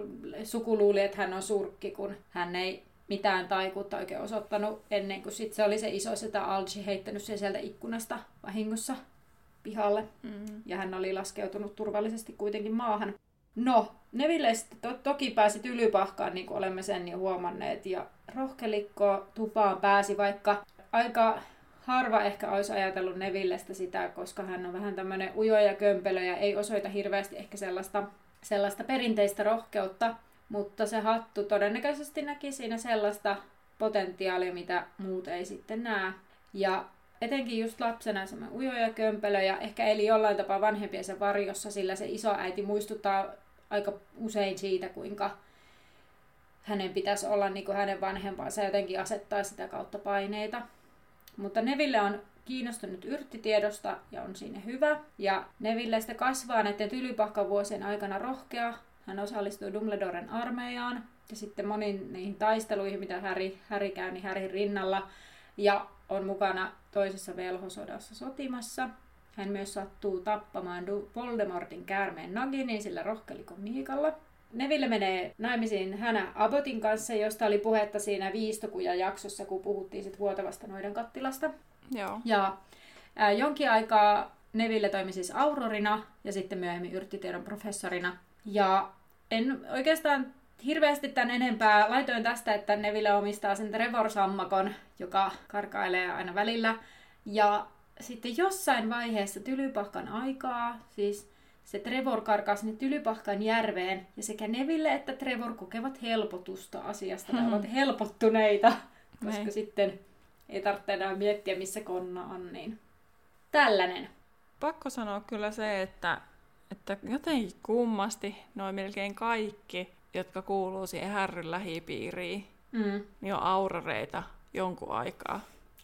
suku luuli, että hän on surkki, kun hän ei mitään taikuutta oikein osoittanut ennen kuin sit se oli se iso setä Algie heittänyt sen sieltä ikkunasta vahingossa pihalle. Mm-hmm. Ja hän oli laskeutunut turvallisesti kuitenkin maahan. No, Neville sitten to- toki pääsi Tylypahkaan, niin kuin olemme sen jo huomanneet, ja rohkelikko tupaan pääsi, vaikka aika harva ehkä olisi ajatellut Nevillestä sitä, koska hän on vähän tämmöinen ujo ja kömpelö ja ei osoita hirveästi ehkä sellaista, sellaista perinteistä rohkeutta, mutta se hattu todennäköisesti näki siinä sellaista potentiaalia, mitä muut ei sitten näe. Ja etenkin just lapsena semmoinen ujo ja kömpelö ja ehkä eli jollain tapaa vanhempiensa varjossa, sillä se isoäiti muistuttaa aika usein siitä, kuinka hänen pitäisi olla niin kuin hänen vanhempansa, jotenkin asettaa sitä kautta paineita. Mutta Neville on kiinnostunut yrttitiedosta ja on siinä hyvä. Ja Neville sitä kasvaa näiden Tylypahkan vuosien aikana rohkea. Hän osallistuu Dumbledoren armeijaan ja sitten moniin niihin taisteluihin, mitä Harry, Harry käy, niin Harryn rinnalla. Ja on mukana toisessa velhosodassa sotimassa. Hän myös sattuu tappamaan Voldemortin käärmeen Naginin sillä rohkelikon miikalla. Neville menee naimisiin Hannah Abbottin kanssa, josta oli puhetta siinä Viistokuja-jaksossa, kun puhuttiin sit vuotavasta noiden kattilasta. Joo. Ja ää, jonkin aikaa Neville toimi siis Aurorina ja sitten myöhemmin yrttitiedon professorina. Ja en oikeastaan hirveästi tämän enempää. Laitoin tästä, että Neville omistaa sen Trevor-sammakon, joka karkailee aina välillä. Ja sitten jossain vaiheessa Tylypahkan aikaa, siis se Trevor karkaa sinne Tylypahkan järveen, ja sekä Neville että Trevor kokevat helpotusta asiasta, hmm. ovat helpottuneita, koska Näin. Sitten ei tarvitse enää miettiä, missä konna on, niin tällainen. Pakko sanoa kyllä se, että, että jotenkin kummasti noin melkein kaikki, jotka kuuluu siihen Harryn lähipiiriin, mm. niin on auroreita jonkun aikaa.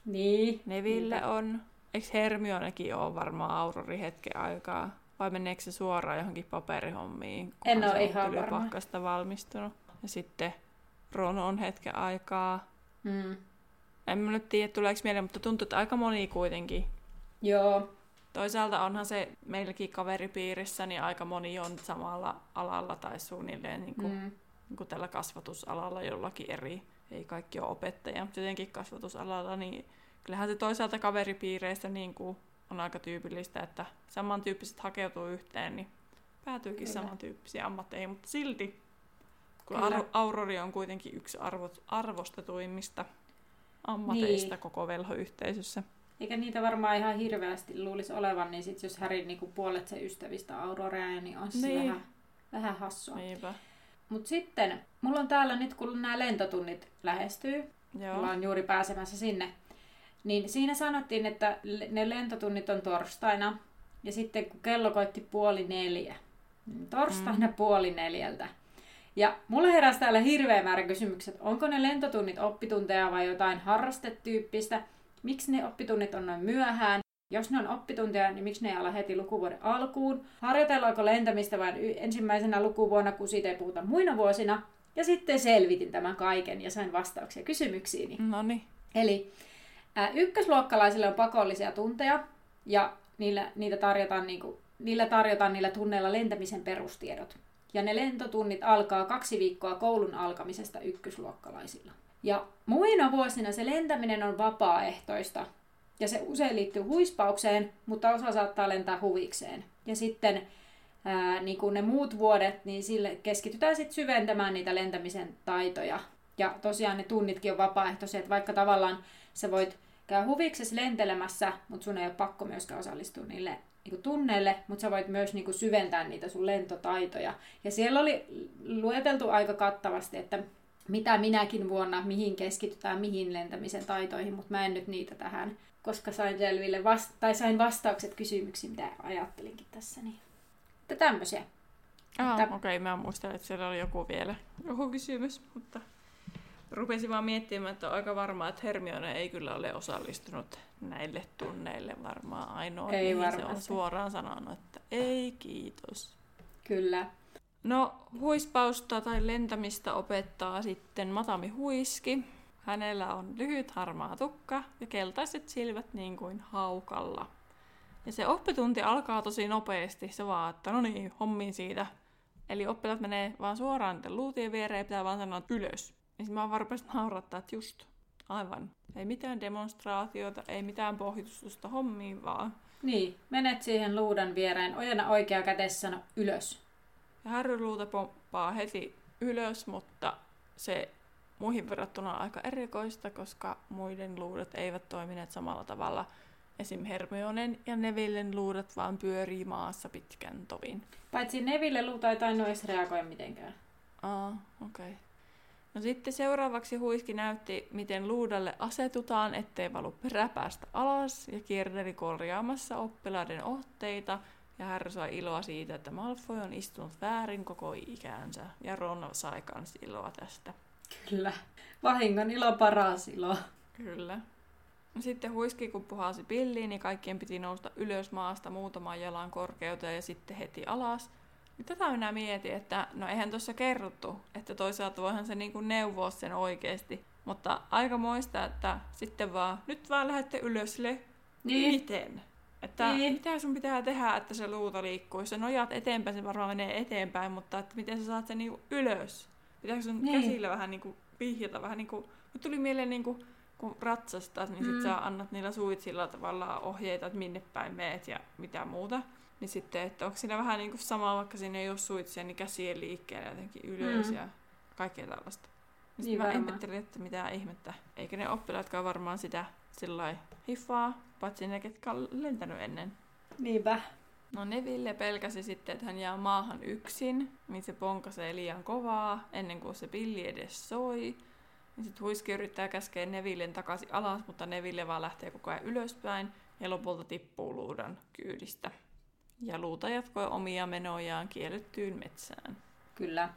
Niin. Neville niinpä. on. Eikö Hermionekin ole varmaan Aurori hetken aikaa? Vai meneekö se suoraan johonkin paperihommiin? En kunhan ole se ihan on varma. Tylypahkasta valmistunut. Ja sitten Ron on hetken aikaa. Mm. En mä nyt tiedä, tuleeko mieleen, mutta tuntuu, että aika moni kuitenkin. Joo. Toisaalta onhan se meilläkin kaveripiirissä, niin aika moni on samalla alalla tai suunnilleen niin kuin, Mm. niin kuin tällä kasvatusalalla jollakin eri. Ei kaikki ole opettajia, mutta jotenkin kasvatusalalla, niin kyllähän se toisaalta kaveripiireissä niin kuin on aika tyypillistä, että samantyyppiset hakeutuu yhteen, niin päätyykin Kyllä. samantyyppisiä ammatteihin, mutta silti, kun Kyllä. Ar- Aurori on kuitenkin yksi arvo- arvostetuimmista ammateista Niin. koko velhoyhteisössä. Eikä niitä varmaan ihan hirveästi luulisi olevan, niin sit jos Harry niinku puolet sen ystävistä Aurorea, niin on se Niin. vähän, vähän hassua. Niinpä. Mut sitten, mulla on täällä nyt, kun nämä lentotunnit lähestyy, Joo. ollaan juuri pääsemässä sinne, niin siinä sanottiin, että le- ne lentotunnit on torstaina, ja sitten kun kello koitti puoli neljä, niin torstaina mm. puoli neljältä. Ja mulla heräsi täällä hirveä määrä kysymykset, onko ne lentotunnit oppitunteja vai jotain harrastetyyppistä, miksi ne oppitunnit on noin myöhään, jos ne on oppitunteja, niin miksi ne ei ala heti lukuvuoden alkuun, harjoitellaanko lentämistä vain y- ensimmäisenä lukuvuonna, kun siitä ei puhuta muina vuosina, ja sitten selvitin tämän kaiken ja sain vastauksia kysymyksiini. Noniin. Eli ää, ykkösluokkalaisille on pakollisia tunteja, ja niillä, niitä tarjotaan, niinku, niillä tarjotaan niillä tunneilla lentämisen perustiedot. Ja ne lentotunnit alkaa kaksi viikkoa koulun alkamisesta ykkösluokkalaisilla. Ja muina vuosina se lentäminen on vapaaehtoista, ja se usein liittyy huispaukseen, mutta osa saattaa lentää huvikseen. Ja sitten ää, niin kuin ne muut vuodet, niin sille keskitytään sitten syventämään niitä lentämisen taitoja. Ja tosiaan ne tunnitkin on vapaaehtoisia, että vaikka tavallaan sä voit käydä huviksesi lentelemässä, mutta sun ei ole pakko myöskään osallistua niille niin kuin tunneille, mutta sä voit myös niin kuin syventää niitä sun lentotaitoja. Ja siellä oli lueteltu aika kattavasti, että mitä minäkin vuonna, mihin keskitytään, mihin lentämisen taitoihin, mutta mä en nyt niitä tähän, koska sain selville vasta- tai sain vastaukset kysymyksiin, mitä ajattelinkin tässä. Niin. Että tämmöisiä. Ah, Että- okei, okay, mä muistelin, että siellä oli joku vielä joku kysymys, mutta rupesin vaan miettimään, että on aika varmaa, että Hermione ei kyllä ole osallistunut näille tunneille varmaan ainoa, Ei mihin se on varmasti. suoraan sanonut, että ei kiitos. Kyllä. No, huispausta tai lentämistä opettaa sitten Matami Huiski. Hänellä on lyhyt harmaa tukka ja keltaiset silmät niin kuin haukalla. Ja se oppitunti alkaa tosi nopeasti. Se vaan, että no niin, hommiin siitä. Eli oppilaat menee vaan suoraan niiden luutien viereen ja pitää vaan sanoa että ylös. Niin mä vaan rupesin naurattaa, että just, aivan. Ei mitään demonstraatiota, ei mitään pohjustusta hommiin vaan. Niin, menet siihen luudan viereen, ojena oikea kätessä sano ylös. Ja Harry luuta pomppaa heti ylös, mutta se muihin verrattuna on aika erikoista, koska muiden luudat eivät toimineet samalla tavalla. Esim. Hermionen ja Nevillen luudat vaan pyörii maassa pitkän tovin. Paitsi Neville luuta ei tainnut edes reagoida mitenkään. Aa, okei. Okay. No sitten seuraavaksi Huiski näytti, miten luudalle asetutaan, ettei valu peräpäästä alas, ja kierteli korjaamassa oppilaiden ohteita, ja Harry sai iloa siitä, että Malfoy on istunut väärin koko ikäänsä, ja Ron sai kans iloa tästä. Kyllä. Vahingon ilo paras ilo. Kyllä. No sitten Huiski, kun puhalsi pilliin, niin kaikkien piti nousta ylös maasta muutaman jalan korkeuteen ja sitten heti alas. Niin tätä minä mietin, että no eihän tuossa kerrottu, että toisaalta voihan se niinku neuvoa sen oikeasti. Mutta aika moista, että sitten vaan, nyt vaan lähdette ylös sille, Niin. miten? Että Niin. mitä sun pitää tehdä, että se luuta liikkuu? Jos sä nojaat eteenpäin, se varmaan menee eteenpäin, mutta että miten sä saat sen niinku ylös? Pitääkö sun Niin. käsillä vähän niinku vihjata, vähän niinku, mut tuli mieleen niinku, kun ratsastat, niin sit Mm. sä annat niillä suitsilla tavallaan ohjeita, että minne päin meet ja mitä muuta. Niin sitten, että onko siinä vähän niinku sama, vaikka siinä ei ole suitsia, niin käsien liikkeelle jotenkin ylös Mm. ja kaikkea tällaista. Niin Niin mä varmaan. ihmettelin, että mitä ihmettä. Eikä ne oppilaatkaan varmaan sitä sillai hiffaa, paitsi ne, ketkä on lentänyt ennen. Niinpä. No Neville pelkäsi sitten, että hän jää maahan yksin, niin se ponkasee liian kovaa ennen kuin se pilli edes soi. Ja sitten Huiski yrittää käskeä Nevillen takaisin alas, mutta Neville vaan lähtee koko ajan ylöspäin ja lopulta tippuu luudan kyydistä. Ja luuta jatkoi omia menojaan kiellettyyn metsään. Kyllä.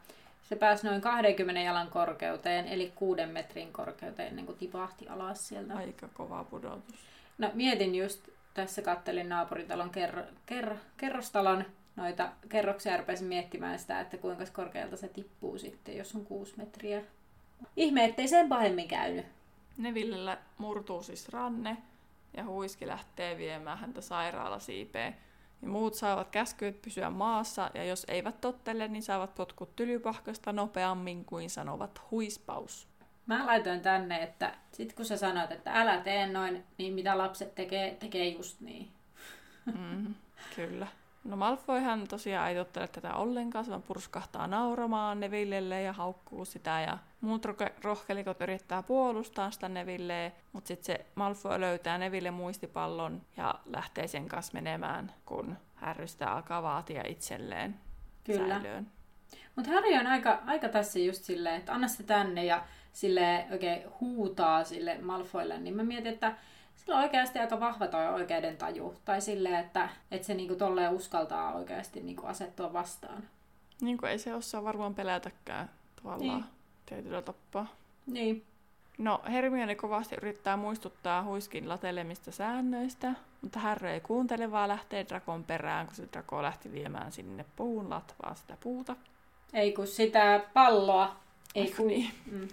se pääsi noin kaksikymmentä jalan korkeuteen, eli kuuden metrin korkeuteen, ennen kuin tipahti alas sieltä. Aika kova pudotus. No mietin just, tässä kattelin naapuritalon kerro, kerro, kerrostalon noita kerroksia ja rupesin miettimään sitä, että kuinka korkealta se tippuu sitten, jos on kuusi metriä. Ihme, ettei sen pahemmin käynyt. Nevillellä murtuu siis ranne ja Huiski lähtee viemään häntä sairaalasiipeen. Ja muut saavat käskyt pysyä maassa ja jos eivät tottele, niin saavat potkut tylypahkasta nopeammin kuin sanovat huispaus. Mä laitoin tänne, että sit kun sä sanoit, että älä tee noin, niin mitä lapset tekee, tekee just niin. Mm, kyllä. No Malfoyhan tosiaan ei tottele tätä ollenkaan, vaan purskahtaa nauramaan Nevillelle ja haukkuu sitä. Ja muut rohkelikot yrittää puolustaa sitä Nevilleä, mutta sitten se Malfoy löytää Neville muistipallon ja lähtee sen kanssa menemään, kun Harry sitä alkaa vaatia itselleen Kyllä. säilöön. Mutta Harry on aika, aika tässä just silleen, että anna se tänne ja sille oikein huutaa sille Malfoylle, niin mä mietin, että sillä on oikeasti aika vahva toi oikeuden taju. Tai silleen, että, että se niinku tolleen uskaltaa oikeasti niinku asettua vastaan. Niin kuin ei se osaa varmaan pelätäkään tavallaan Niin. tietyllä tapaa. Niin. No Hermione kovasti yrittää muistuttaa Huiskin latelemista säännöistä, mutta Harry ei kuuntele, vaan lähtee Drakon perään, kun se Draco lähti viemään sinne puun latvaan sitä puuta. Ei kun sitä palloa. Ei kun... Niin. Mm.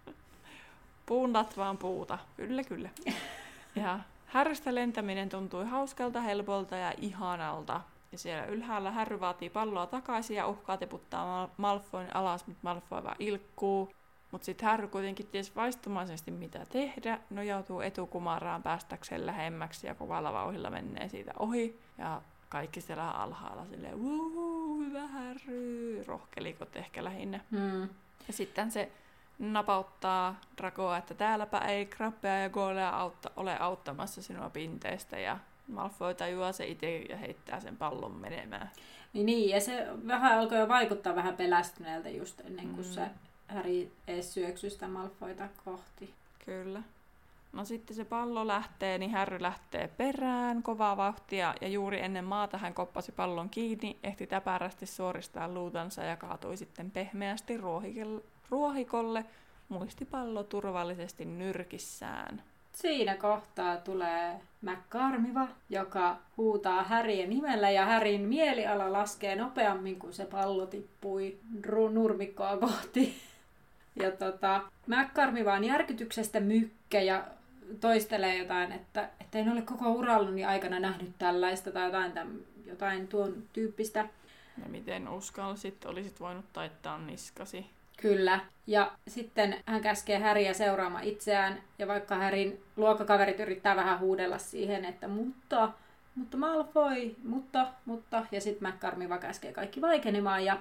Puun latvaan puuta, kyllä kyllä. Ja Harrystä lentäminen tuntui hauskalta, helpolta ja ihanalta. Ja siellä ylhäällä Harry vaatii palloa takaisin ja uhkaa tiputtaa Mal- Malfoyn alas, mutta Malfoy vaan ilkkuu. Mutta sitten Harry kuitenkin tiesi vaistomaisesti mitä tehdä, nojautuu etukumaraan päästäkseen lähemmäksi ja kovalla vauhdilla menee siitä ohi. Ja kaikki siellä alhaalla silleen, wuhuu, hyvä Harry, rohkelikot ehkä lähinnä. Mm. Ja sitten se napauttaa Dracoa, että täälläpä ei Krabbea ja Goylea autta, ole auttamassa sinua pinteestä. Ja Malfoy tajuaa se itse ja heittää sen pallon menemään. Niin, niin, ja se vähän alkoi jo vaikuttaa vähän pelästyneeltä just ennen kuin Mm. se Harry ees syöksyi sitä Malfoyta kohti. Kyllä. No sitten se pallo lähtee, niin Harry lähtee perään kovaa vauhtia ja juuri ennen maata hän koppasi pallon kiinni, ehti täpärästi suoristaa luutansa ja kaatui sitten pehmeästi ruohikolle, ruohikolle muistipallo turvallisesti nyrkissään. Siinä kohtaa tulee McCormiva, joka huutaa Harryn nimellä ja Harryn mieliala laskee nopeammin kuin se pallo tippui nurmikkoa kohti. Ja tota, McCormiva on järkytyksestä mykkä ja toistelee jotain, että, että en ole koko urallani aikana nähnyt tällaista tai jotain, täm, jotain tuon tyyppistä. Ja miten uskallisit, olisit voinut taittaa niskasi. Kyllä. Ja sitten hän käskee Harryä seuraamaan itseään, ja vaikka Harryn luokkakaverit yrittää vähän huudella siihen, että mutta, mutta Malfoy, mutta, mutta, ja sitten McCormiva käskee kaikki vaikenemaan, ja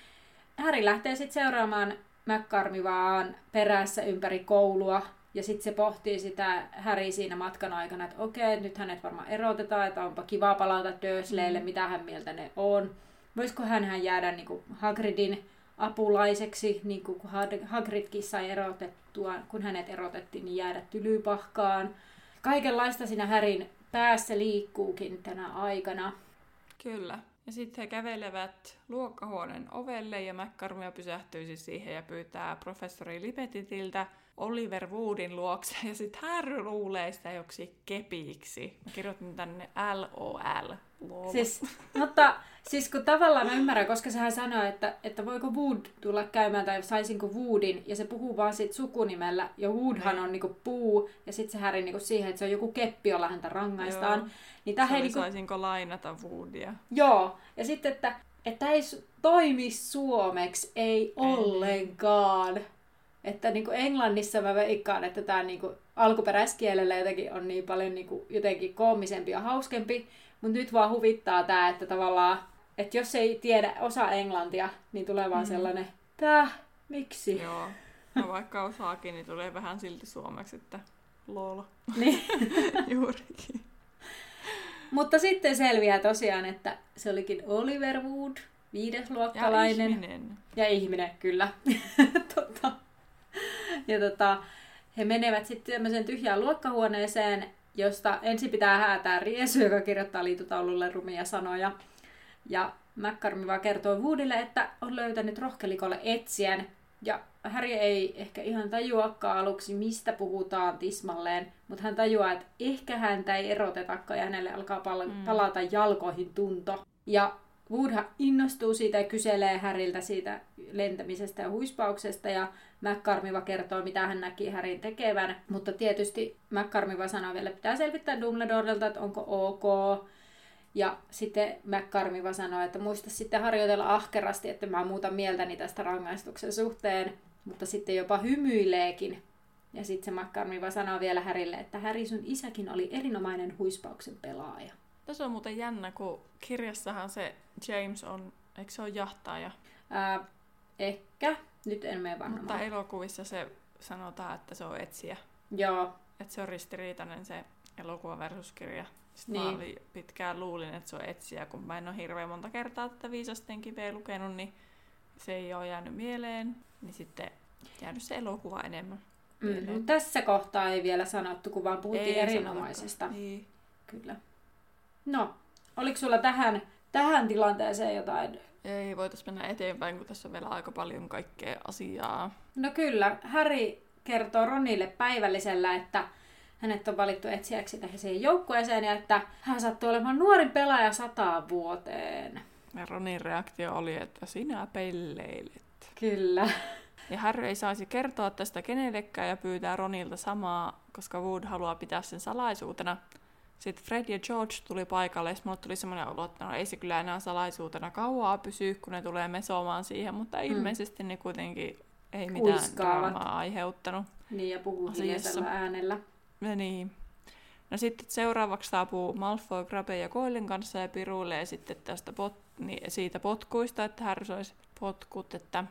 Harry lähtee sitten seuraamaan McCormivaan perässä ympäri koulua, ja sitten se pohtii sitä Harry siinä matkan aikana, että okei, nyt hänet varmaan erotetaan, että onpa kiva palata Dursleylle, mm. mitä hän mieltä ne on. Voisiko hän jäädä niin kuin Hagridin apulaiseksi, niin kuin Hagridkin sai erotettua, kun hänet erotettiin, niin jäädä Tylypahkaan. Kaikenlaista siinä Harryn päässä liikkuukin tänä aikana. Kyllä. Ja sitten he kävelevät luokkahuoneen ovelle ja McCormiva pysähtyy siis siihen ja pyytää professori Lipetitiltä Oliver Woodin luokse. Ja sitten Harry luulee sitä joksi kepiksi. Mä kirjoitin tänne L O L. Siis, mutta siis kun tavallaan mä ymmärrän, koska sehän sanoo, että, että voiko Wood tulla käymään tai saisinko Woodin, ja se puhuu vaan siitä sukunimellä, ja Woodhan on niinku puu, ja sitten se Harry niinku siihen, että se on joku keppi, jolla häntä rangaistaan. Joo. Niin Se oli, niinku... saisinko lainata Woodia. Joo, ja sitten, että että ei toimi suomeksi, ei, ei ollenkaan. Että niinku Englannissa mä veikkaan, että tämä niinku alkuperäiskielellä jotenkin on niin paljon niinku jotenkin koomisempi ja hauskempi, mutta nyt vaan huvittaa tämä, että tavallaan, että jos ei tiedä osa englantia, niin tulee vaan mm. sellainen, tää, miksi? Joo, no vaikka osaakin, niin tulee vähän silti suomeksi, että lol. Niin. Juurikin. Mutta sitten selviää tosiaan, että se olikin Oliver Wood, viidesluokkalainen. Ja ihminen. Ja ihminen, kyllä. tota. Ja tota, he menevät sitten tämmöiseen tyhjään luokkahuoneeseen, josta ensin pitää häätää Riesu, joka kirjoittaa liitutaululle rumia sanoja. Ja McCormick vaan kertoo Woodille, että on löytänyt rohkelikolle etsijän. Ja Harry ei ehkä ihan tajuakaan aluksi, mistä puhutaan tismalleen, mutta hän tajuaa, että ehkä häntä ei erotetakaan ja hänelle alkaa pal- mm. palata jalkoihin tunto. Ja Woodhan innostuu siitä ja kyselee Harryltä siitä lentämisestä ja huispauksesta ja McCormick kertoo, mitä hän näki Harryn tekevän. Mutta tietysti McCormick sanoo vielä, että pitää selvittää Dumbledorelta, että onko ok. Ja sitten McCormick sanoo, että muista sitten harjoitella ahkerasti, että mä muutan mieltäni tästä rangaistuksen suhteen. Mutta sitten jopa hymyileekin. Ja sitten se McCormick sanoo vielä Harrylle, että Harry, sun isäkin oli erinomainen huispauksen pelaaja. Tässä on muuten jännä, kun kirjassahan se James on, eikö se ole jahtaaja? Ää, ehkä. Nyt en mene varmaan. Mutta elokuvissa se sanotaan, että se on etsijä. Joo. Että se on ristiriitainen se elokuva versus kirja. Sitten niin. Mä olin pitkään luulin, että se on etsijä, kun mä en ole hirveän monta kertaa tätä Viisasten kiveä lukenut, niin se ei ole jäänyt mieleen. Niin sitten jäänyt se elokuva enemmän mieleen. Mm, tässä kohtaa ei vielä sanottu, kun vaan puhuttiin ei erinomaisesta. Niin. Kyllä. No, oliko sulla tähän, tähän tilanteeseen jotain? Ei, voitais mennä eteenpäin, kun tässä on vielä aika paljon kaikkea asiaa. No kyllä, Harry kertoo Ronille päivällisellä, että hänet on valittu etsijäksi tähän joukkueeseen ja että hän sattuu olemaan nuorin pelaaja sataan vuoteen. Ja Ronin reaktio oli, että sinä pelleilet. Kyllä. Ja Harry ei saisi kertoa tästä kenellekään ja pyytää Ronilta samaa, koska Wood haluaa pitää sen salaisuutena. Sitten Fred ja George tuli paikalle ja mulle tuli semmoinen olo, että no ei se kyllä enää salaisuutena kauaa pysy, kun ne tulee mesomaan siihen, mutta mm. ilmeisesti ne kuitenkin ei mitään Uiskaavat. draamaa aiheuttanut. Niin, ja puhuu hiljaisella äänellä. Ja niin. No sitten seuraavaksi saapuu Malfoy, Crabbe ja Goylen kanssa ja piruilee sitten tästä pot- niin siitä potkuista, että Harry saisi potkut, että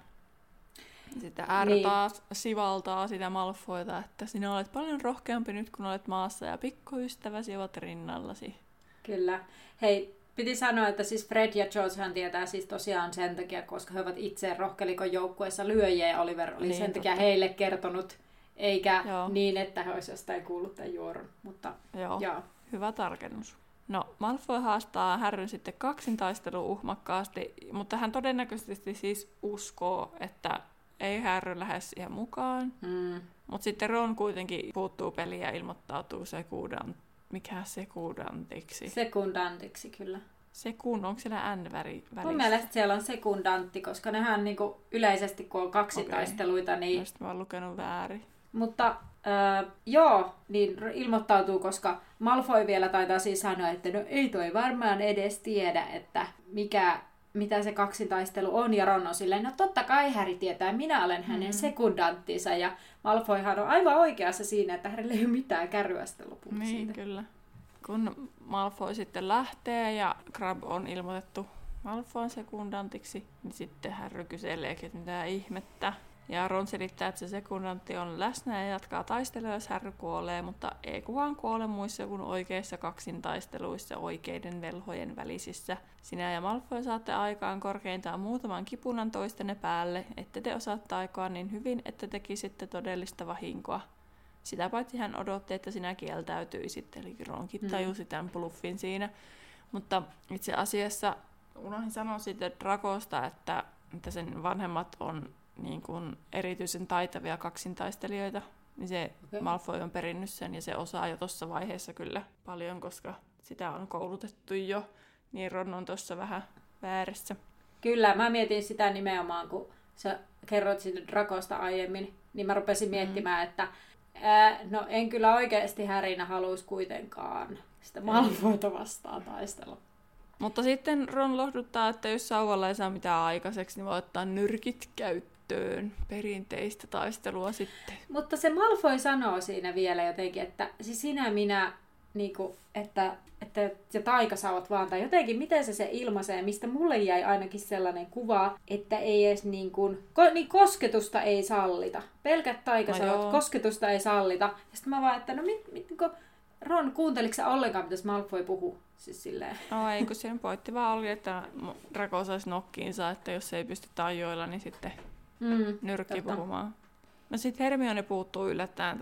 sitten R niin. taas sivaltaa sitä Malfoyta, että sinä olet paljon rohkeampi nyt, kun olet maassa ja pikkuystäväsi ovat rinnallasi. Kyllä. Hei, piti sanoa, että siis Fred ja Georgehan tietää siis tosiaan sen takia, koska he ovat itse rohkelikon joukkueessa lyöjiä ja Oliver oli niin, sen totta. takia heille kertonut, eikä Joo. niin, että he olisivat jostain kuullut tämän juoron. Mutta, joo. joo. Hyvä tarkennus. No, Malfoy haastaa Harryn sitten kaksintaistelun uhmakkaasti, mutta hän todennäköisesti siis uskoo, että ei Harry lähde siihen mukaan. Mm. Mutta sitten Ron kuitenkin puuttuu peliin ja ilmoittautuu sekundant... Mikä sekundantiksi? Sekundantiksi, kyllä. Sekun, onko siellä N-väri välissä? Mun mielestä siellä on sekundantti, koska nehän niinku yleisesti, kun on kaksitaisteluita, niin... Mielestäni mä oon lukenut väärin. Mutta öö, joo, niin ilmoittautuu, koska Malfoy vielä taitaa siis sanoa, että no ei toi varmaan edes tiedä, että mikä, mitä se kaksintaistelu on. Ja Ron on silleen, no totta kai Harry tietää, minä olen hänen mm-hmm. sekundanttinsa. Ja Malfoyhan on aivan oikeassa siinä, että Harrylle ei ole mitään kärryä sitten lopulta niin, siitä. Kyllä. Kun Malfoy sitten lähtee ja Crabbe on ilmoitettu Malfoyn sekundantiksi, niin sitten Harry kyselee, että mitä ihmettä. Ja Ron selittää, että se sekundantti on läsnä ja jatkaa taistelua, jos Harry kuolee, mutta ei kukaan kuole muissa kuin oikeissa kaksintaisteluissa oikeiden velhojen välisissä. Sinä ja Malfoy saatte aikaan korkeintaan muutaman kipunan toistenne päälle, ette te osaatte aikaa niin hyvin, että tekisitte todellista vahinkoa. Sitä paitsi hän odotti, että sinä kieltäytyisit, eli Ronkin tajusi tämän bluffin siinä. Mutta itse asiassa unohdin sanoa sitten Dracosta, että, että sen vanhemmat on niin kuin erityisen taitavia kaksintaistelijoita, niin se okay. Malfoy on perinnyt sen ja se osaa jo tuossa vaiheessa kyllä paljon, koska sitä on koulutettu jo, niin Ron on tuossa vähän väärässä. Kyllä, mä mietin sitä nimenomaan, kun sä kerroit siitä Dracosta aiemmin, niin mä rupesin miettimään, mm. että ää, no en kyllä oikeasti Harrynä haluaisi kuitenkaan sitä Malfoyta vastaan taistella. Mutta sitten Ron lohduttaa, että jos sauvalla ei saa mitään aikaiseksi, niin voi ottaa nyrkit käyttöön. Perinteistä taistelua sitten. Mutta se Malfoy sanoo siinä vielä jotenkin, että siis sinä minä, niinku, että, että ja taikasauvat vaan, tai jotenkin, miten se se ilmaisee, mistä mulle jäi ainakin sellainen kuva, että ei edes niin kuin, ko, niin kosketusta ei sallita. Pelkät taikasauvat, no kosketusta ei sallita. Ja sitten mä vaan, että no mit, mit, niin Ron, kuunteliko sä ollenkaan, mitä Malfoy puhuu? Siis silleen. No ei, kun sen pointti vaan oli, että Draco saisi nokkiinsa, että jos ei pysty tajoilla, niin sitten mm, nyrkki totta. Puhumaan. No sitten Hermione puuttuu yllättäen taas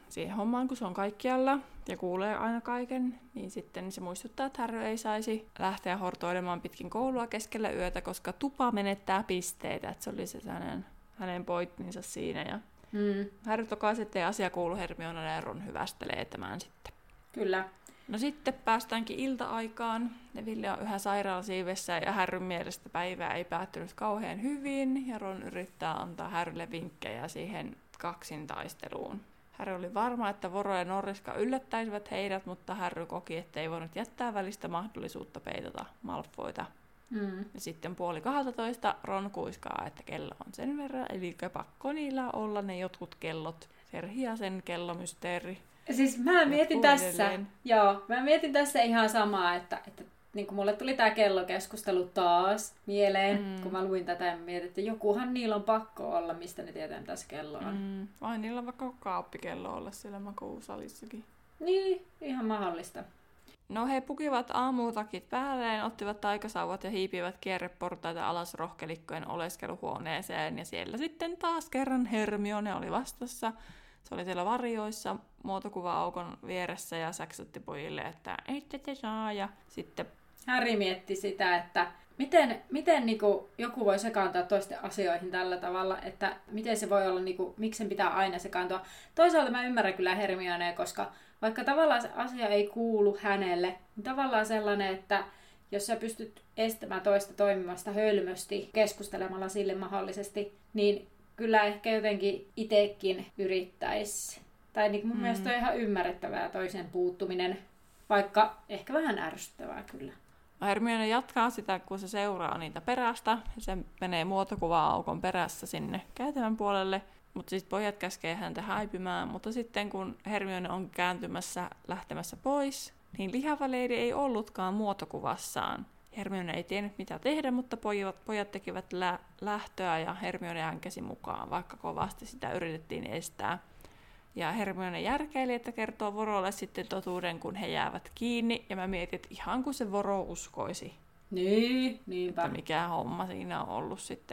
siihen hommaan, kun se on kaikkialla ja kuulee aina kaiken, niin sitten se muistuttaa, että Harry ei saisi lähteä hortoilemaan pitkin koulua keskellä yötä, koska tupa menettää pisteitä. Että se oli se hänen, hänen pointtinsa siinä. Ja Mm. Harry tokaisi, ettei asia kuulu Hermionalle ja Ron hyvästelee tämän sitten. Kyllä. No sitten päästäänkin ilta-aikaan. Neville on yhä sairaalasiivessä ja Harryn mielestä päivää ei päättynyt kauhean hyvin. Ja Ron yrittää antaa Harrylle vinkkejä siihen kaksintaisteluun. Harry oli varma, että Voro ja Norriska yllättäisivät heidät, mutta Harry koki, ettei voinut jättää välistä mahdollisuutta peitota Malfoyta. Mm. Ja sitten puoli kahtatoista Ron kuiskaa, että kello on sen verran, eli pakko niillä olla ne jotkut kellot. Serhiasen kellomysteeri. Siis mä mietin tässä, edelleen. joo, mä mietin tässä ihan samaa, että, että niin kuin mulle tuli tää kellokeskustelu taas mieleen, mm. kun mä luin tätä ja mietin, että jokuhan niillä on pakko olla, mistä ne tietää, mitä se kello on. Mm. Vai niillä on vaikka kaappikello olla siellä makuusalissakin. Niin, ihan mahdollista. No he pukivat aamutakit päälleen, ottivat taikasauvat ja hiipivät kierreportaita alas rohkelikkojen oleskeluhuoneeseen. Ja siellä sitten taas kerran Hermione oli vastassa. Se oli siellä varjoissa muotokuva-aukon vieressä ja säksytti pojille, että ette te saa. Ja sitten Harry mietti sitä, että miten, miten niin kuin joku voi sekaantua toisten asioihin tällä tavalla, että miten se voi olla, niin kuin, miksi sen pitää aina sekaantua. Toisaalta mä ymmärrän kyllä Hermionea, koska vaikka tavallaan se asia ei kuulu hänelle, niin tavallaan sellainen, että jos sä pystyt estämään toista toimimasta hölmösti, keskustelemalla sille mahdollisesti, niin kyllä ehkä jotenkin itsekin yrittäisi. Tai niin mun mm. mielestä on ihan ymmärrettävää toisen puuttuminen, vaikka ehkä vähän ärsyttävää kyllä. Hermione jatkaa sitä, kun se seuraa niitä perästä. Se menee muotokuva-aukon perässä sinne käytävän puolelle. Mutta sitten pojat käskee häntä häipymään. Mutta sitten kun Hermione on kääntymässä lähtemässä pois, niin lihava lady ei ollutkaan muotokuvassaan. Hermione ei tiennyt mitä tehdä, mutta pojat, pojat tekivät lä- lähtöä ja Hermione änkäsi mukaan, vaikka kovasti sitä yritettiin estää. Ja Hermione järkeili, että kertoo Vorolle sitten totuuden, kun he jäävät kiinni. Ja mä mietin, että ihan kuin se Voro uskoisi. Niin, niinpä. Että mikä homma siinä on ollut sitten.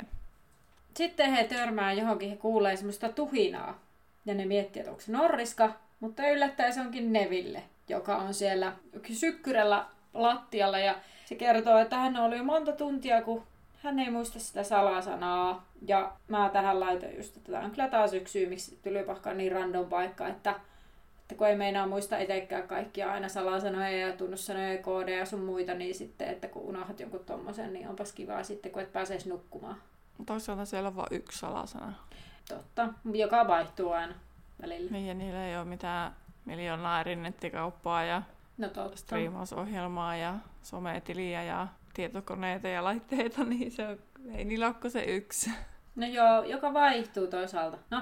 Sitten he törmää johonkin, he kuulee semmoista tuhinaa. Ja ne miettii, että onko se Norriska. Mutta yllättäen se onkin Neville, joka on siellä sykkyrällä lattialla. Ja se kertoo, että hän on ollut jo monta tuntia, kun hän ei muista sitä salasanaa. Ja mä tähän laitoin just, että tämä on kyllä taas yksi syy, miksi Tylypahka on niin random paikka, että, että kun ei meinaa muista itsekään kaikkia aina salasanoja ja tunnussanoja ja koodeja ja sun muita, niin sitten, että kun unohdat jonkun tommosen, niin onpas kivaa sitten, kun et pääseis nukkumaan. Toisaalta siellä on vain yksi salasana. Totta, joka vaihtuu aina välillä. Niin, ja niillä ei ole mitään miljoonaa eri nettikauppaa ja no totta. striimausohjelmaa ja sometiliä ja tietokoneita ja laitteita, niin se on, ei niillä ole se yksi. No joo, joka vaihtuu toisaalta. No,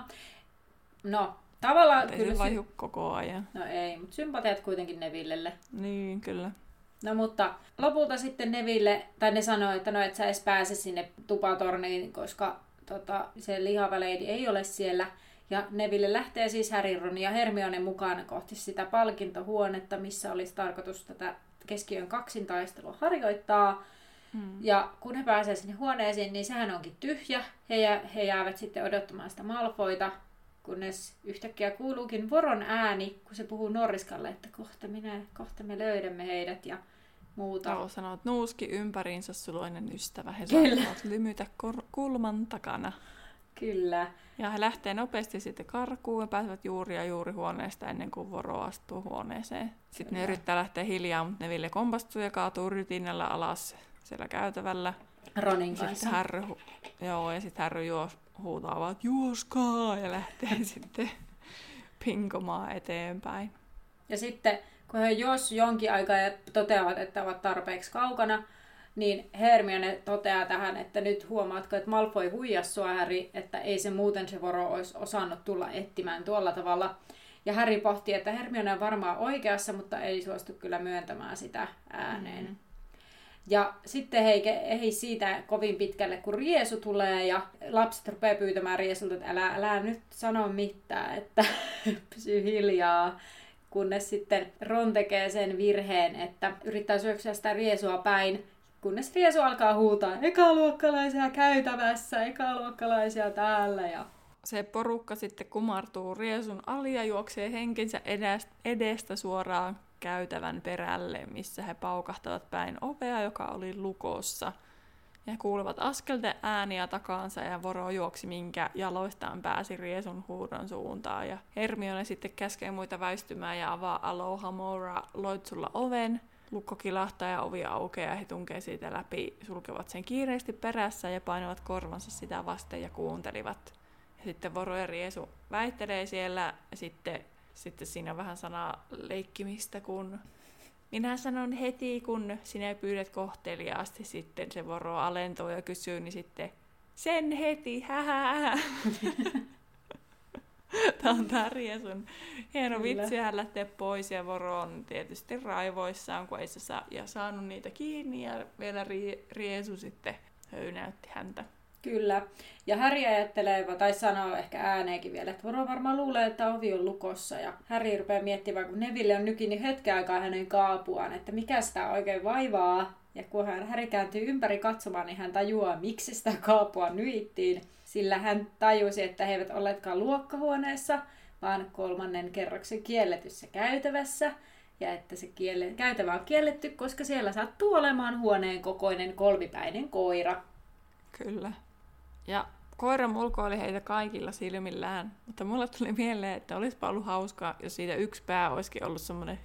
no tavallaan... Ei kyllä se vaihdu koko ajan. No ei, mutta sympatiat kuitenkin Nevillelle. Niin, kyllä. No mutta lopulta sitten Neville, tai ne sanoo, että no et sä edes pääse sinne tupatorniin, koska tota, se lihava lady ei ole siellä. Ja Neville lähtee siis Harry, Ron ja Hermione mukaan kohti sitä palkintohuonetta, missä olisi tarkoitus tätä keskiön kaksintaistelua harjoittaa. Hmm. Ja kun he pääsevät sinne huoneeseen, niin sehän onkin tyhjä. He, jä, he jäävät sitten odottamaan sitä Malfoyta, kunnes yhtäkkiä kuuluukin Voron ääni, kun se puhuu Norriskalle, että kohta, minä, kohta me löydämme heidät ja muuta. Joo, sanoo, että nuuski ympäriinsä suloinen ystävä. He saattavat lymytä kor- kulman takana. Kyllä. Ja he lähtee nopeasti sitten karkuun ja pääsevät juuri ja juuri huoneesta ennen kuin Voro astuu huoneeseen. Sitten Kyllä. ne yrittää lähteä hiljaa, mutta Neville kompastuu ja kaatuu rytinällä alas siellä käytävällä. Ronin kanssa. Sitten Harry, joo, ja sitten Harry juos, huutaa vaan, että juoskaa, ja lähtee sitten pinkomaan eteenpäin. Ja sitten, kun he juossut jonkin aikaa ja toteavat, että ovat tarpeeksi kaukana, niin Hermione toteaa tähän, että nyt huomaatko, että Malfoy huijasi sua, Harry, että ei se muuten se Voro olisi osannut tulla etsimään tuolla tavalla. Ja Harry pohti, että Hermione on varmaan oikeassa, mutta ei suostu kyllä myöntämään sitä ääneen. Mm-hmm. Ja sitten he ei siitä kovin pitkälle, kun Riesu tulee ja lapset rupeaa pyytämään Riesulta, että älä, älä nyt sano mitään, että pysy hiljaa. Kunnes sitten Ron tekee sen virheen, että yrittää syöksyä sitä Riesua päin, kunnes Riesu alkaa huutaa ekaluokkalaisia käytävässä, ekaluokkalaisia täällä. Ja se porukka sitten kumartuu riesun ali ja juoksee henkensä edestä suoraan käytävän perälle, missä he paukahtavat päin ovea, joka oli lukossa. Ja kuulevat askelten ääniä takaansa ja Voro juoksi, minkä jaloistaan pääsi riesun huudon suuntaan. Ja Hermione sitten käskee muita väistymään ja avaa Alohomora loitsulla oven. Lukko kilahtaa ja ovi aukeaa ja he tunkee siitä läpi, sulkevat sen kiireesti perässä ja painavat korvansa sitä vasten ja kuuntelivat. Ja sitten Voro ja Riesu väittelee siellä ja sitten, sitten siinä on vähän sanaa leikkimistä, kun minä sanon heti, kun sinä pyydät kohteliaasti, sitten se Voro alentuu ja kysyy, niin sitten sen heti, hähä. Tämä on tämä Riesun hieno Kyllä. vitsi, hän lähtee pois ja Voro on tietysti raivoissaan, kun ei se saa, ja saanut niitä kiinni ja vielä rie, Riesu sitten höynäytti häntä. Kyllä. Ja Harry ajattelee, tai sanoo ehkä ääneenkin vielä, että Voro varmaan luulee, että ovi on lukossa. Ja Harry rupeaa miettimään, kun Neville on nykinyt hetken aikaa hänen kaapuaan, että mikä sitä oikein vaivaa. Ja kun hän Harry kääntyy ympäri katsomaan, niin hän tajuaa, miksi sitä kaapua nyittiin. Sillä hän tajusi, että he eivät olleetkaan luokkahuoneessa, vaan kolmannen kerroksen kielletyssä käytävässä. Ja että se kielle, käytävä on kielletty, koska siellä sattuu olemaan huoneen kokoinen kolmipäinen koira. Kyllä. Ja koira mulkoili heitä kaikilla silmillään, mutta mulle tuli mieleen, että olisipa ollut hauskaa, jos siitä yksi pää olisikin ollut semmoinen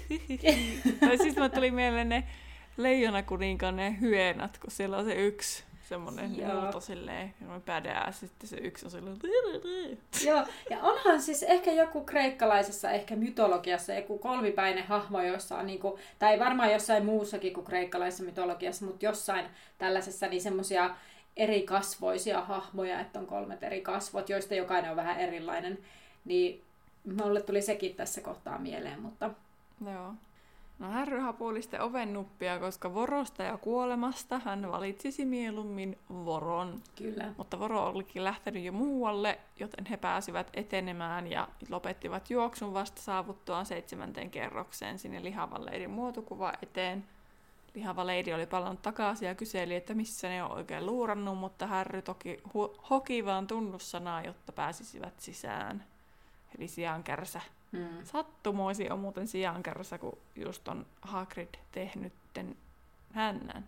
tai siis mulle tuli mieleen ne leijonakuninkaan ne hyeenat, kun siellä on se yksi semmoinen muuto silleen, pädää, sitten se yksi on silleen. Joo, ja onhan siis ehkä joku kreikkalaisessa, ehkä mytologiassa joku kolmipäinen hahmo, jossa on niinku, tai varmaan jossain muussakin kuin kreikkalaisessa mytologiassa, mutta jossain tällaisessa niin semmoisia eri kasvoisia hahmoja, että on kolmet eri kasvot, joista jokainen on vähän erilainen, niin mulle tuli sekin tässä kohtaa mieleen, mutta joo. No Harry hapuili sitten oven nuppia, koska Vorosta ja kuolemasta hän valitsisi mieluummin Voron. Kyllä. Mutta Voro olikin lähtenyt jo muualle, joten he pääsivät etenemään ja lopettivat juoksun vasta saavuttuaan seitsemänteen kerrokseen sinne Lihavan leidin muotokuva eteen. Lihava leidi oli palannut takaisin ja kyseli, että missä ne on oikein luurannut, mutta Harry toki hu- hoki vaan tunnussanaa, jotta pääsisivät sisään. Eli siankärsä. Hmm. Sattumoisi on muuten siankärsä, kun just on Hagrid tehnyt hännän.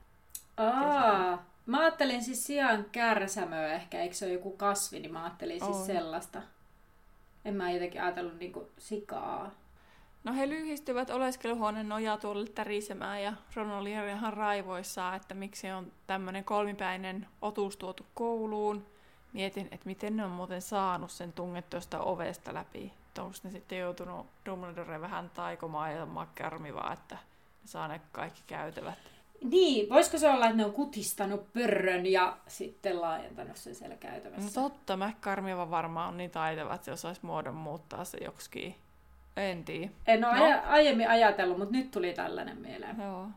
Aa, mä ajattelin siis sian kärsämöä ehkä, eikö se ole joku kasvi, niin mä ajattelin siis on sellaista. En mä jotenkin ajatellut niinku sikaa. No he lyhistyvät oleskeluhuoneen nojatuolille tärisemään ja Ron oli ihan raivoissaan, että miksi on tämmöinen kolmipäinen otus tuotu kouluun. Mietin, että miten ne on muuten saanut sen tunget tuosta ovesta läpi. Onko ne sitten joutunut Dumbledore vähän taikomaan ja makkarmivaa, että ne saa ne kaikki käytävät. Niin, voisiko se olla, että ne on kutistanut pörrön ja sitten laajentanut sen siellä käytävässä? No totta, McCormiva varmaan on niin taitava, että se osaisi muodon muuttaa se joksikin. En tiedä. En ole no. aja- aiemmin ajatellut, mutta nyt tuli tällainen mieleen. Joo.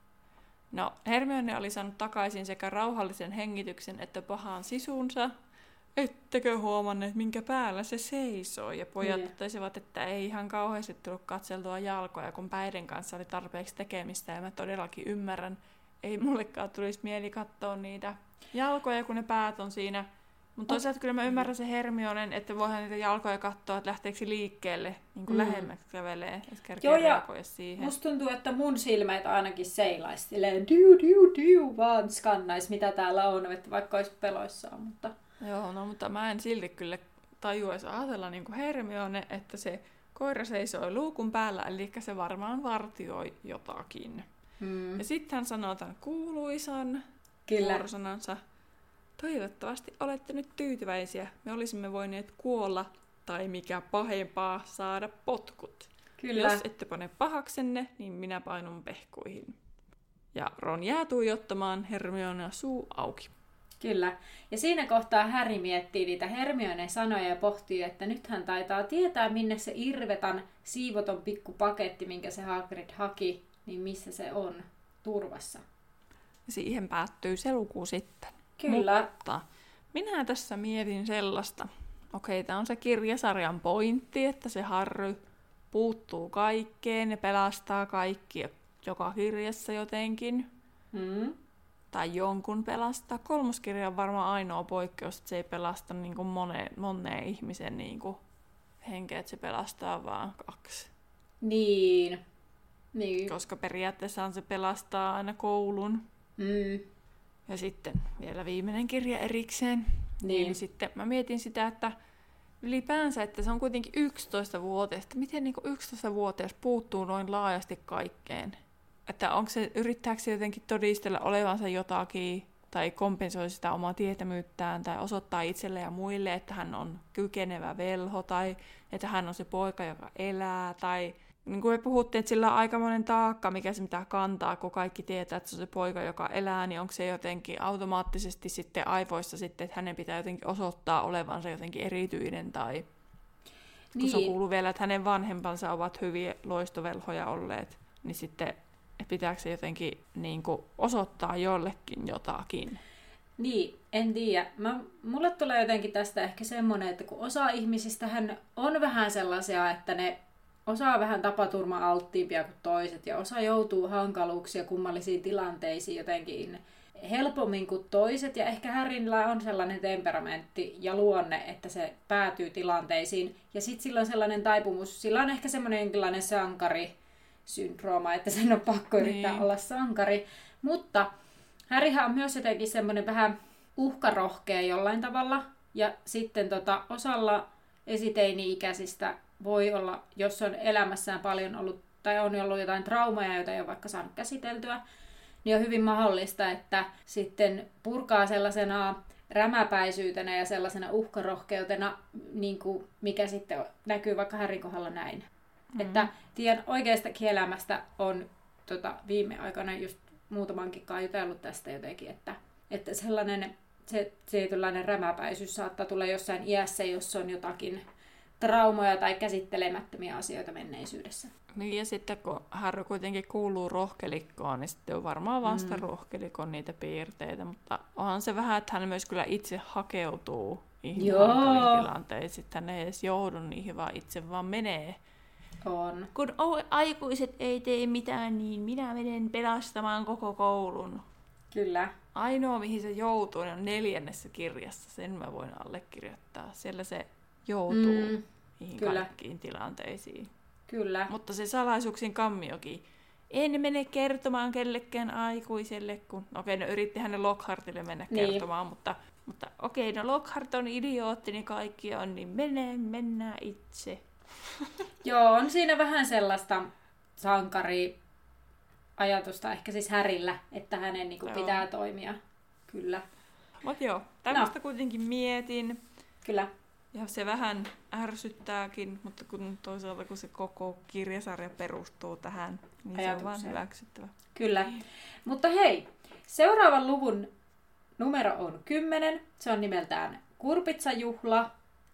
No, Hermione oli saanut takaisin sekä rauhallisen hengityksen että pahan sisunsa. Ettekö huomanneet, minkä päällä se seisoo? Ja pojat Niin. totesivat, että ei ihan kauheasti tullut katseltua jalkoja, kun päiden kanssa oli tarpeeksi tekemistä. Ja mä todellakin ymmärrän, ei mullekaan tulisi mieli katsoa niitä jalkoja, kun ne päät on siinä. Mutta toisaalta kyllä mä ymmärrän se Hermionen, että voihan niitä jalkoja katsoa, että lähteekö se liikkeelle, niin kuin mm. lähemmäksi kävelee, että kerkee reagoida siihen. Musta tuntuu, että mun silmät ainakin seilaisi silleen diu diu diu, vaan skannais mitä täällä on, että vaikka olisi peloissaan, mutta Joo, no mutta mä en silti kyllä tajuaisi ajatella niin kuin Hermione, että se koira seisoi luukun päällä, eli se varmaan vartioi jotakin. mm. Ja sitten hän sanoo tämän kuuluisan vuorosanansa. Toivottavasti olette nyt tyytyväisiä. Me olisimme voineet kuolla tai mikä pahempaa saada potkut. Kyllä. Jos ette pane pahaksenne, niin minä painun pehkuihin. Ja Ron jää tuijottamaan Hermionea suu auki. Kyllä. Ja siinä kohtaa Harry miettii niitä Hermionen sanoja ja pohtii, että nyt hän taitaa tietää, minne se irvetan siivoton pikku paketti, minkä se Hagrid haki, niin missä se on turvassa. Siihen päättyy se luku sitten. Kyllä. Mutta minä tässä mietin sellaista. Okei, tämä on se kirjasarjan pointti, että se Harry puuttuu kaikkeen ja pelastaa kaikki joka kirjassa jotenkin. Mm. tai jonkun pelastaa. Kolmoskirja on varmaan ainoa poikkeus, että se ei pelasta niin kuin moneen, moneen ihmisen niin kuin henkeä, että se pelastaa vaan kaksi. Niin. niin. Koska periaatteessa se pelastaa aina koulun. Mm. Ja sitten vielä viimeinen kirja erikseen. Niin. Niin sitten mä mietin sitä, että ylipäänsä, että se on kuitenkin yksitoistavuotias. Miten niin kuin yksitoistavuotias puuttuu noin laajasti kaikkeen? Että onko se, yrittääkö se jotenkin todistella olevansa jotakin, tai kompensoi sitä omaa tietämyyttään, tai osoittaa itselle ja muille, että hän on kykenevä velho, tai että hän on se poika, joka elää, tai niin kuin me puhuttiin, että sillä on aikamoinen taakka, mikä se mitä kantaa, kun kaikki tietää, että se on se poika, joka elää, niin onko se jotenkin automaattisesti sitten aivoissa sitten, että hänen pitää jotenkin osoittaa olevansa jotenkin erityinen, tai niin. Kun se on kuullut vielä, että hänen vanhempansa ovat hyviä loistovelhoja olleet, niin sitten pitääkö se jotenkin niin kuin osoittaa jollekin jotakin? Niin, en tiedä. Mä, mulle tulee jotenkin tästä ehkä semmoinen, että kun osa ihmisistähän on vähän sellaisia, että ne osa vähän tapaturma-alttiimpia kuin toiset ja osa joutuu hankaluuksia kummallisiin tilanteisiin jotenkin helpommin kuin toiset. Ja ehkä Harryllä on sellainen temperamentti ja luonne, että se päätyy tilanteisiin. Ja sitten sillä on sellainen taipumus, sillä on ehkä semmoinen jonkinlainen sankarisyndrooma, että sen on pakko yrittää niin. olla sankari. Mutta Harryhän on myös jotenkin semmoinen vähän uhkarohkea jollain tavalla. Ja sitten tota, osalla esiteini-ikäisistä voi olla, jos on elämässään paljon ollut, tai on ollut jotain traumaja, joita ei ole vaikka saanut käsiteltyä, niin on hyvin mahdollista, että sitten purkaa sellaisena rämäpäisyytenä ja sellaisena uhkarohkeutena, niin kuin mikä sitten näkyy vaikka Harryn kohdalla näin. Mm-hmm. Että tiedän oikeastakin elämästä on tota, viime aikana just muutamankin kai jutellut tästä jotenkin, että, että sellainen se tietynlainen rämäpäisyys saattaa tulla jossain iässä, jos on jotakin traumoja tai käsittelemättömiä asioita menneisyydessä. Niin ja sitten kun Harry kuitenkin kuuluu rohkelikkoon, niin sitten on varmaan vasta mm. rohkelikon niitä piirteitä, mutta onhan se vähän, että hän myös kyllä itse hakeutuu niihin tilanteisiin, että hän ei edes joudu niihin, vaan itse vaan menee. On. Kun aikuiset ei tee mitään, niin minä menen pelastamaan koko koulun. Kyllä. Ainoa, mihin se joutuu, on neljännessä kirjassa. Sen mä voin allekirjoittaa. Siellä se joutuu mm, niihin kyllä. kaikkiin tilanteisiin. Kyllä. Mutta se salaisuuksien kammiokin. En mene kertomaan kellekään aikuiselle, kun... Okei, no yritti hänen Lockhartille mennä niin. kertomaan, mutta, mutta okei, no Lockhart on idiootti, niin kaikki on, niin mene, mennään itse. Joo, on siinä vähän sellaista sankari ajatusta ehkä siis Harryllä, että hänen niin kuin, pitää toimia. Kyllä. Mut joo, tämmöistä no. kuitenkin mietin. Kyllä. Ja se vähän ärsyttääkin, mutta kun toisaalta kun se koko kirjasarja perustuu tähän, niin se on vaan hyväksyttävä. Kyllä. Niin. Mutta hei, seuraavan luvun numero on kymmenen. Se on nimeltään Kurpitsajuhla.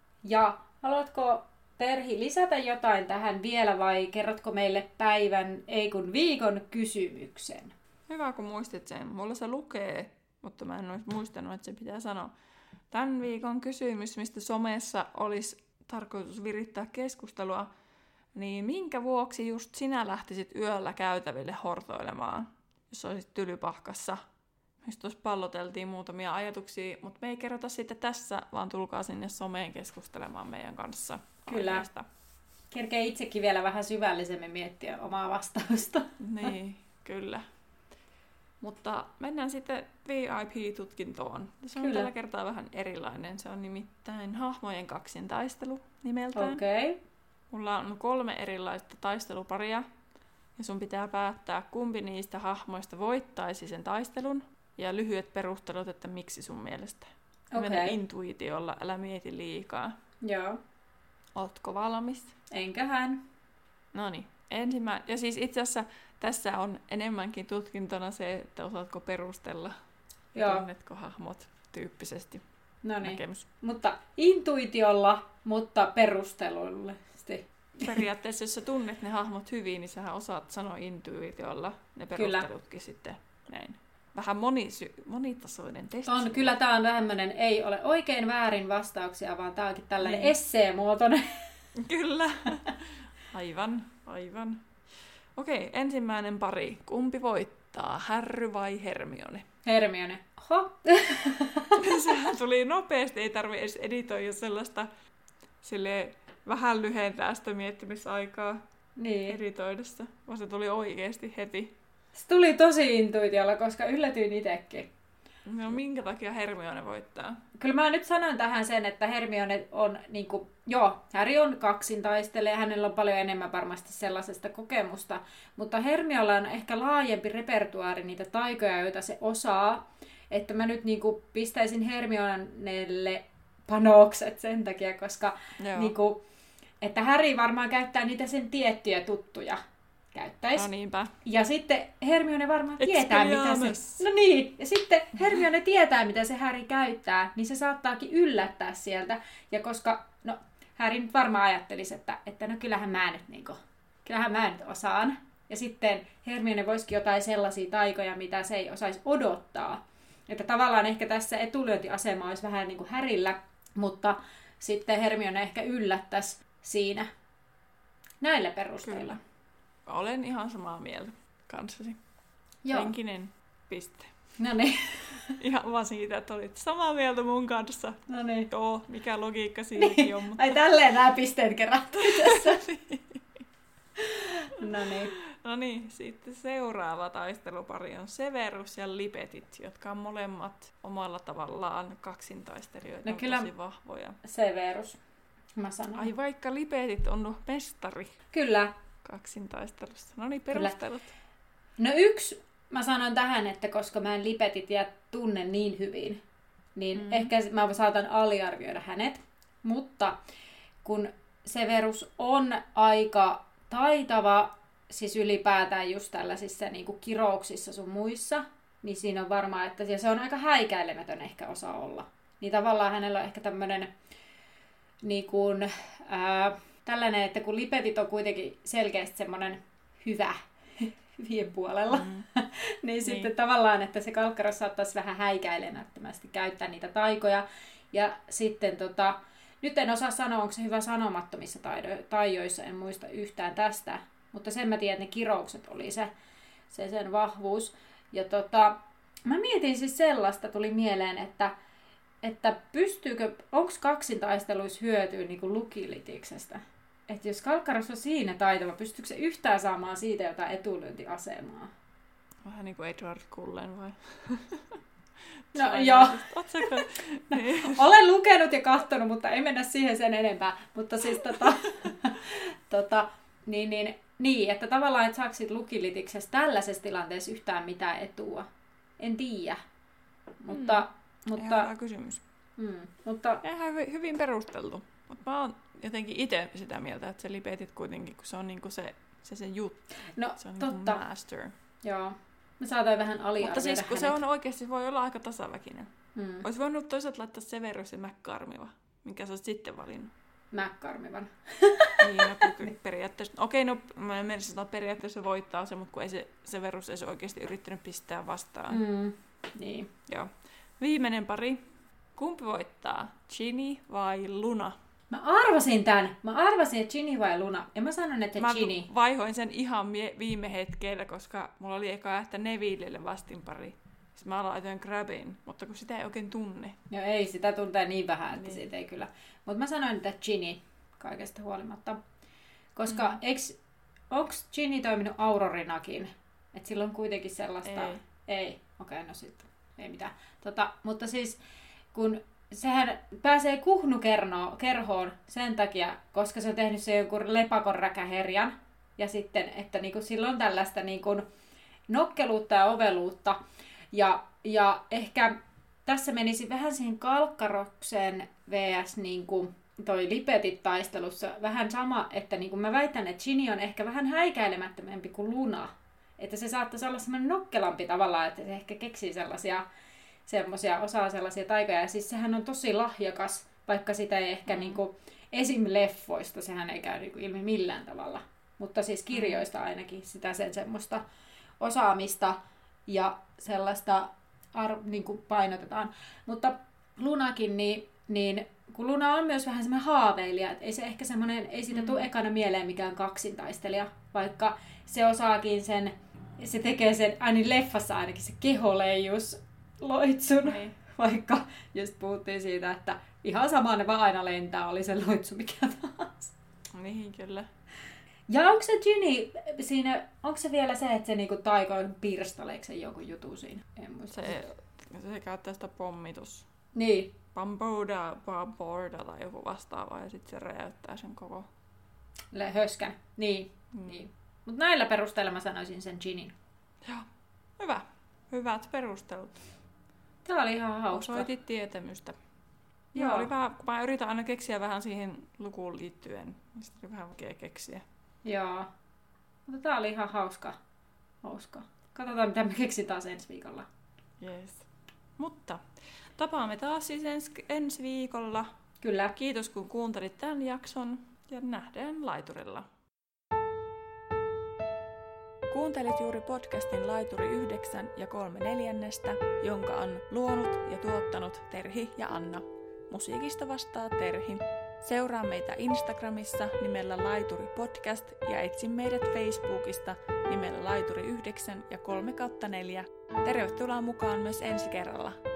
Ja haluatko Terhi lisätä jotain tähän vielä vai kerrotko meille päivän, ei kun viikon kysymyksen? Hyvä, kun muistit sen. Mulla se lukee, mutta mä en olisi muistanut, että se pitää sanoa. Tämän viikon kysymys, mistä somessa olisi tarkoitus virittää keskustelua, niin minkä vuoksi just sinä lähtisit yöllä käytäville hortoilemaan, jos olisit Tylypahkassa? Myös tuossa palloteltiin muutamia ajatuksia, mutta me ei kerrota siitä tässä, vaan tulkaa sinne someen keskustelemaan meidän kanssa. Kyllä. Aiheesta. Kerkee itsekin vielä vähän syvällisemmin miettiä omaa vastausta. Niin, kyllä. Mutta mennään sitten V I P-tutkintoon. Se on kyllä. tällä kertaa vähän erilainen. Se on nimittäin hahmojen kaksintaistelu nimeltään. Okei. Okay. Mulla on kolme erilaista taisteluparia. Ja sun pitää päättää, kumpi niistä hahmoista voittaisi sen taistelun. Ja lyhyet perustelut, että miksi sun mielestä. Okei. Mennä intuitiolla, älä mieti liikaa. Joo. Ootko valmis? Enköhän. Noniin. Ensimmä... Ja siis itse asiassa tässä on enemmänkin tutkintona se, että osaatko perustella. Joo. Tunnetko hahmot tyyppisesti. Noniin. Mutta intuitiolla, mutta perustelullisesti. Periaatteessa, jos sä tunnet ne hahmot hyvin, niin sähän osaat sanoa intuitiolla ne perustelutkin kyllä. sitten näin. Vähän monisy- monitasoinen testi. On, kyllä tää on tämmönen, ei ole oikein väärin vastauksia, vaan tää onkin tällainen niin. esseemuotoinen. Kyllä. Aivan, aivan. Okei, ensimmäinen pari. Kumpi voittaa? voittaa, Harry vai Hermione? Hermione. Oho. Sehän tuli nopeasti, ei tarvi edes editoida sellaista silleen, vähän lyhentää sitä miettimisaikaa Niin. editoidessa, vaan se tuli oikeasti heti. Se tuli tosi intuitiolla, koska yllätyin itsekin. No minkä takia Hermione voittaa? Kyllä mä nyt sanon tähän sen, että Hermione on, niin kuin, joo, Harry on kaksintaistelija, hänellä on paljon enemmän varmasti sellaisesta kokemusta, mutta Hermiolla on ehkä laajempi repertuaari niitä taikoja, joita se osaa, että mä nyt niin kuin, pistäisin Hermionelle panokset sen takia, koska niin kuin, että Harry varmaan käyttää niitä sen tiettyjä tuttuja. Käyttäisi. No niinpä. Ja sitten Hermione varmaan tietää, mitä se... No niin, ja sitten Hermione tietää, mitä se Harry käyttää, niin se saattaakin yllättää sieltä. Ja koska, no, Harry nyt varmaan ajattelisi, että, että no kyllähän mä nyt niinku, kyllähän mä nyt osaan. Ja sitten Hermione voisikin jotain sellaisia taikoja, mitä se ei osaisi odottaa. Että tavallaan ehkä tässä etulyöntiasema olisi vähän niin kuin Harryllä, mutta sitten Hermione ehkä yllättäisi siinä näillä perusteilla. Kyllä. Olen ihan samaa mieltä kanssasi. Joo. Henkinen piste. No niin. Ihan vaan siitä, että olit samaa mieltä mun kanssa. No niin. Joo, mikä logiikka siinäkin niin. on. Mutta... Ai tälleen nämä pisteet kerättiin tässä. No niin. No niin, sitten seuraava taistelupari on Severus ja Lipetit, jotka on molemmat omalla tavallaan kaksintaistelijoita, no, on tosi vahvoja. Severus, mä sanon. Ai vaikka Lipetit on mestari. Kyllä. Kaksintaistelussa. No niin, perustelut. Kyllä. No yksi, mä sanon tähän, että koska mä en Lipetit ja tunne niin hyvin, niin mm. ehkä mä saatan aliarvioida hänet. Mutta kun Severus on aika taitava, siis ylipäätään just tällaisissa niin kuin kirouksissa sun muissa, niin siinä on varmaan, että ja se on aika häikäilemätön ehkä osa olla. Niin tavallaan hänellä on ehkä tämmöinen niin kuin, ää, tällainen, että kun Lipetit on kuitenkin selkeästi semmoinen hyvä, hyvien puolella, mm. niin, niin sitten tavallaan, että se Kalkkaros saattaisi vähän häikäilemättömästi käyttää niitä taikoja. Ja sitten tota, nyt en osaa sanoa, onko se hyvä sanomattomissa taido- taijoissa, en muista yhtään tästä, mutta sen mä tiedän, että ne kiroukset oli se, se sen vahvuus. Ja tota, mä mietin siis sellaista, tuli mieleen, että että pystyykö, onko kaksintaisteluissa hyötyä niin kuin lukilitiksestä? Että jos Kalkkaros on siinä taitava, pystyykö se yhtään saamaan siitä jotain etulyöntiasemaa? Vähän niin kuin Edward Cullen vai? No joo. No, olen lukenut ja katsonut, mutta ei mennä siihen sen enempää. Mutta siis tota, tota, niin, niin, niin, että tavallaan et saako siitä lukilitiksestä tällaisessa tilanteessa yhtään mitään etua. En tiedä. Mutta... Mm. Mutta, ihan hyvä kysymys. Mm, mutta... Ihan hyvin perusteltu. Mutta mä oon jotenkin itse sitä mieltä, että se Lipetit kuitenkin, kun se on niinku se, se, se juttu. No, se on totta. Niinku master. Joo. Mä saatoin vähän aliarvioida Mutta siis kun hänet. se on oikeasti, voi olla aika tasaväkinen. Mm. Olisi voinut toisaalta laittaa Severus ja McCormiva, minkä sä oot sitten valinnut. McCormivan. Niin, no kyllä periaatteessa. Okei, no mä en mennä sanoa, että periaatteessa voittaa se, mutta kun ei se Severus ei se oikeasti yrittänyt pistää vastaan. Mm. Niin. Joo. Viimeinen pari. Kumpi voittaa? Ginny vai Luna? Mä arvasin tän. Mä arvasin, että Ginny vai Luna. Ja mä sanon, että mä Ginny. Mä vaihoin sen ihan mie- viime hetkellä, koska mulla oli eka että Nevillelle vastinpari. Sitten mä laitoin Crabin, mutta kun sitä ei oikein tunne. Joo, ei sitä tuntee niin vähän, että niin. siitä ei kyllä. Mutta mä sanoin, että Ginny kaikesta huolimatta. Koska mm. eks, onks Ginny toiminut Aurorinakin? Että sillä on kuitenkin sellaista... Ei. Ei. Okei, okay, no sitten. Ei mitään. Tota, mutta siis, kun sehän pääsee kuhnukerhoon sen takia, koska se on tehnyt se jonkun lepakon räkäherjan. Ja sitten, että niinku, sillä on tällaista niinku, nokkeluutta ja oveluutta. Ja, ja ehkä tässä menisi vähän siihen Kalkkaroksen vs. Niinku, toi Lipetit taistelussa vähän sama, että niinku, mä väitän, että Ginny on ehkä vähän häikäilemättömämpi kuin Luna. Että se saattaisi olla semmoinen nokkelampi tavallaan, että se ehkä keksii sellaisia, semmoisia, osaa sellaisia taikoja. Ja siis sehän on tosi lahjakas, vaikka sitä ei ehkä mm. niinku, esim. Leffoista, sehän ei käy niinku ilmi millään tavalla. Mutta siis kirjoista ainakin sitä sen semmoista osaamista ja sellaista ar- niinku painotetaan. Mutta Lunakin, niin, niin kun Luna on myös vähän semmoinen haaveilija, että ei se ehkä semmoinen, ei siitä mm. tule ekana mieleen mikään kaksintaistelija, vaikka se osaakin sen se tekee sen, aina leffassa ainakin se keholeijus loitsun. Niin. Vaikka just puhuttiin siitä, että ihan sama ne vaan aina lentää, oli se loitsu mikä tahansa. Niin, kyllä. Ja onko se Ginny siinä, onko se vielä se, että se niinku taikoo pirstaleeksi sen jonkun jutun siinä? En muista. Se, se käyttää sitä pommitus. Niin. Bamboda, bamboda tai joku vastaava ja sitten se räjäyttää sen koko... Le- höskän. Niin. Mm. niin. Mutta näillä perusteilla mä sanoisin sen Ginin. Joo. Hyvä. Hyvät perustelut. Tää oli ihan hauska. Osoitit tietämystä. Joo. Joo, oli vähän, kun mä yritän aina keksiä vähän siihen lukuun liittyen, niin sitten oli vähän vaikea keksiä. Joo. Mutta tää oli ihan hauska. hauska. Katsotaan, mitä me keksitään taas ensi viikolla. Yes. Mutta tapaamme taas siis ens, ensi viikolla. Kyllä. Kiitos kun kuuntelit tämän jakson ja nähdään laiturilla. Kuuntelit juuri podcastin Laituri yhdeksän ja kolme neljännestä, jonka on luonut ja tuottanut Terhi ja Anna. Musiikista vastaa Terhi. Seuraa meitä Instagramissa nimellä Laituri Podcast ja etsi meidät Facebookista nimellä Laituri yhdeksän ja kolme kautta neljä. Tervetuloa mukaan myös ensi kerralla.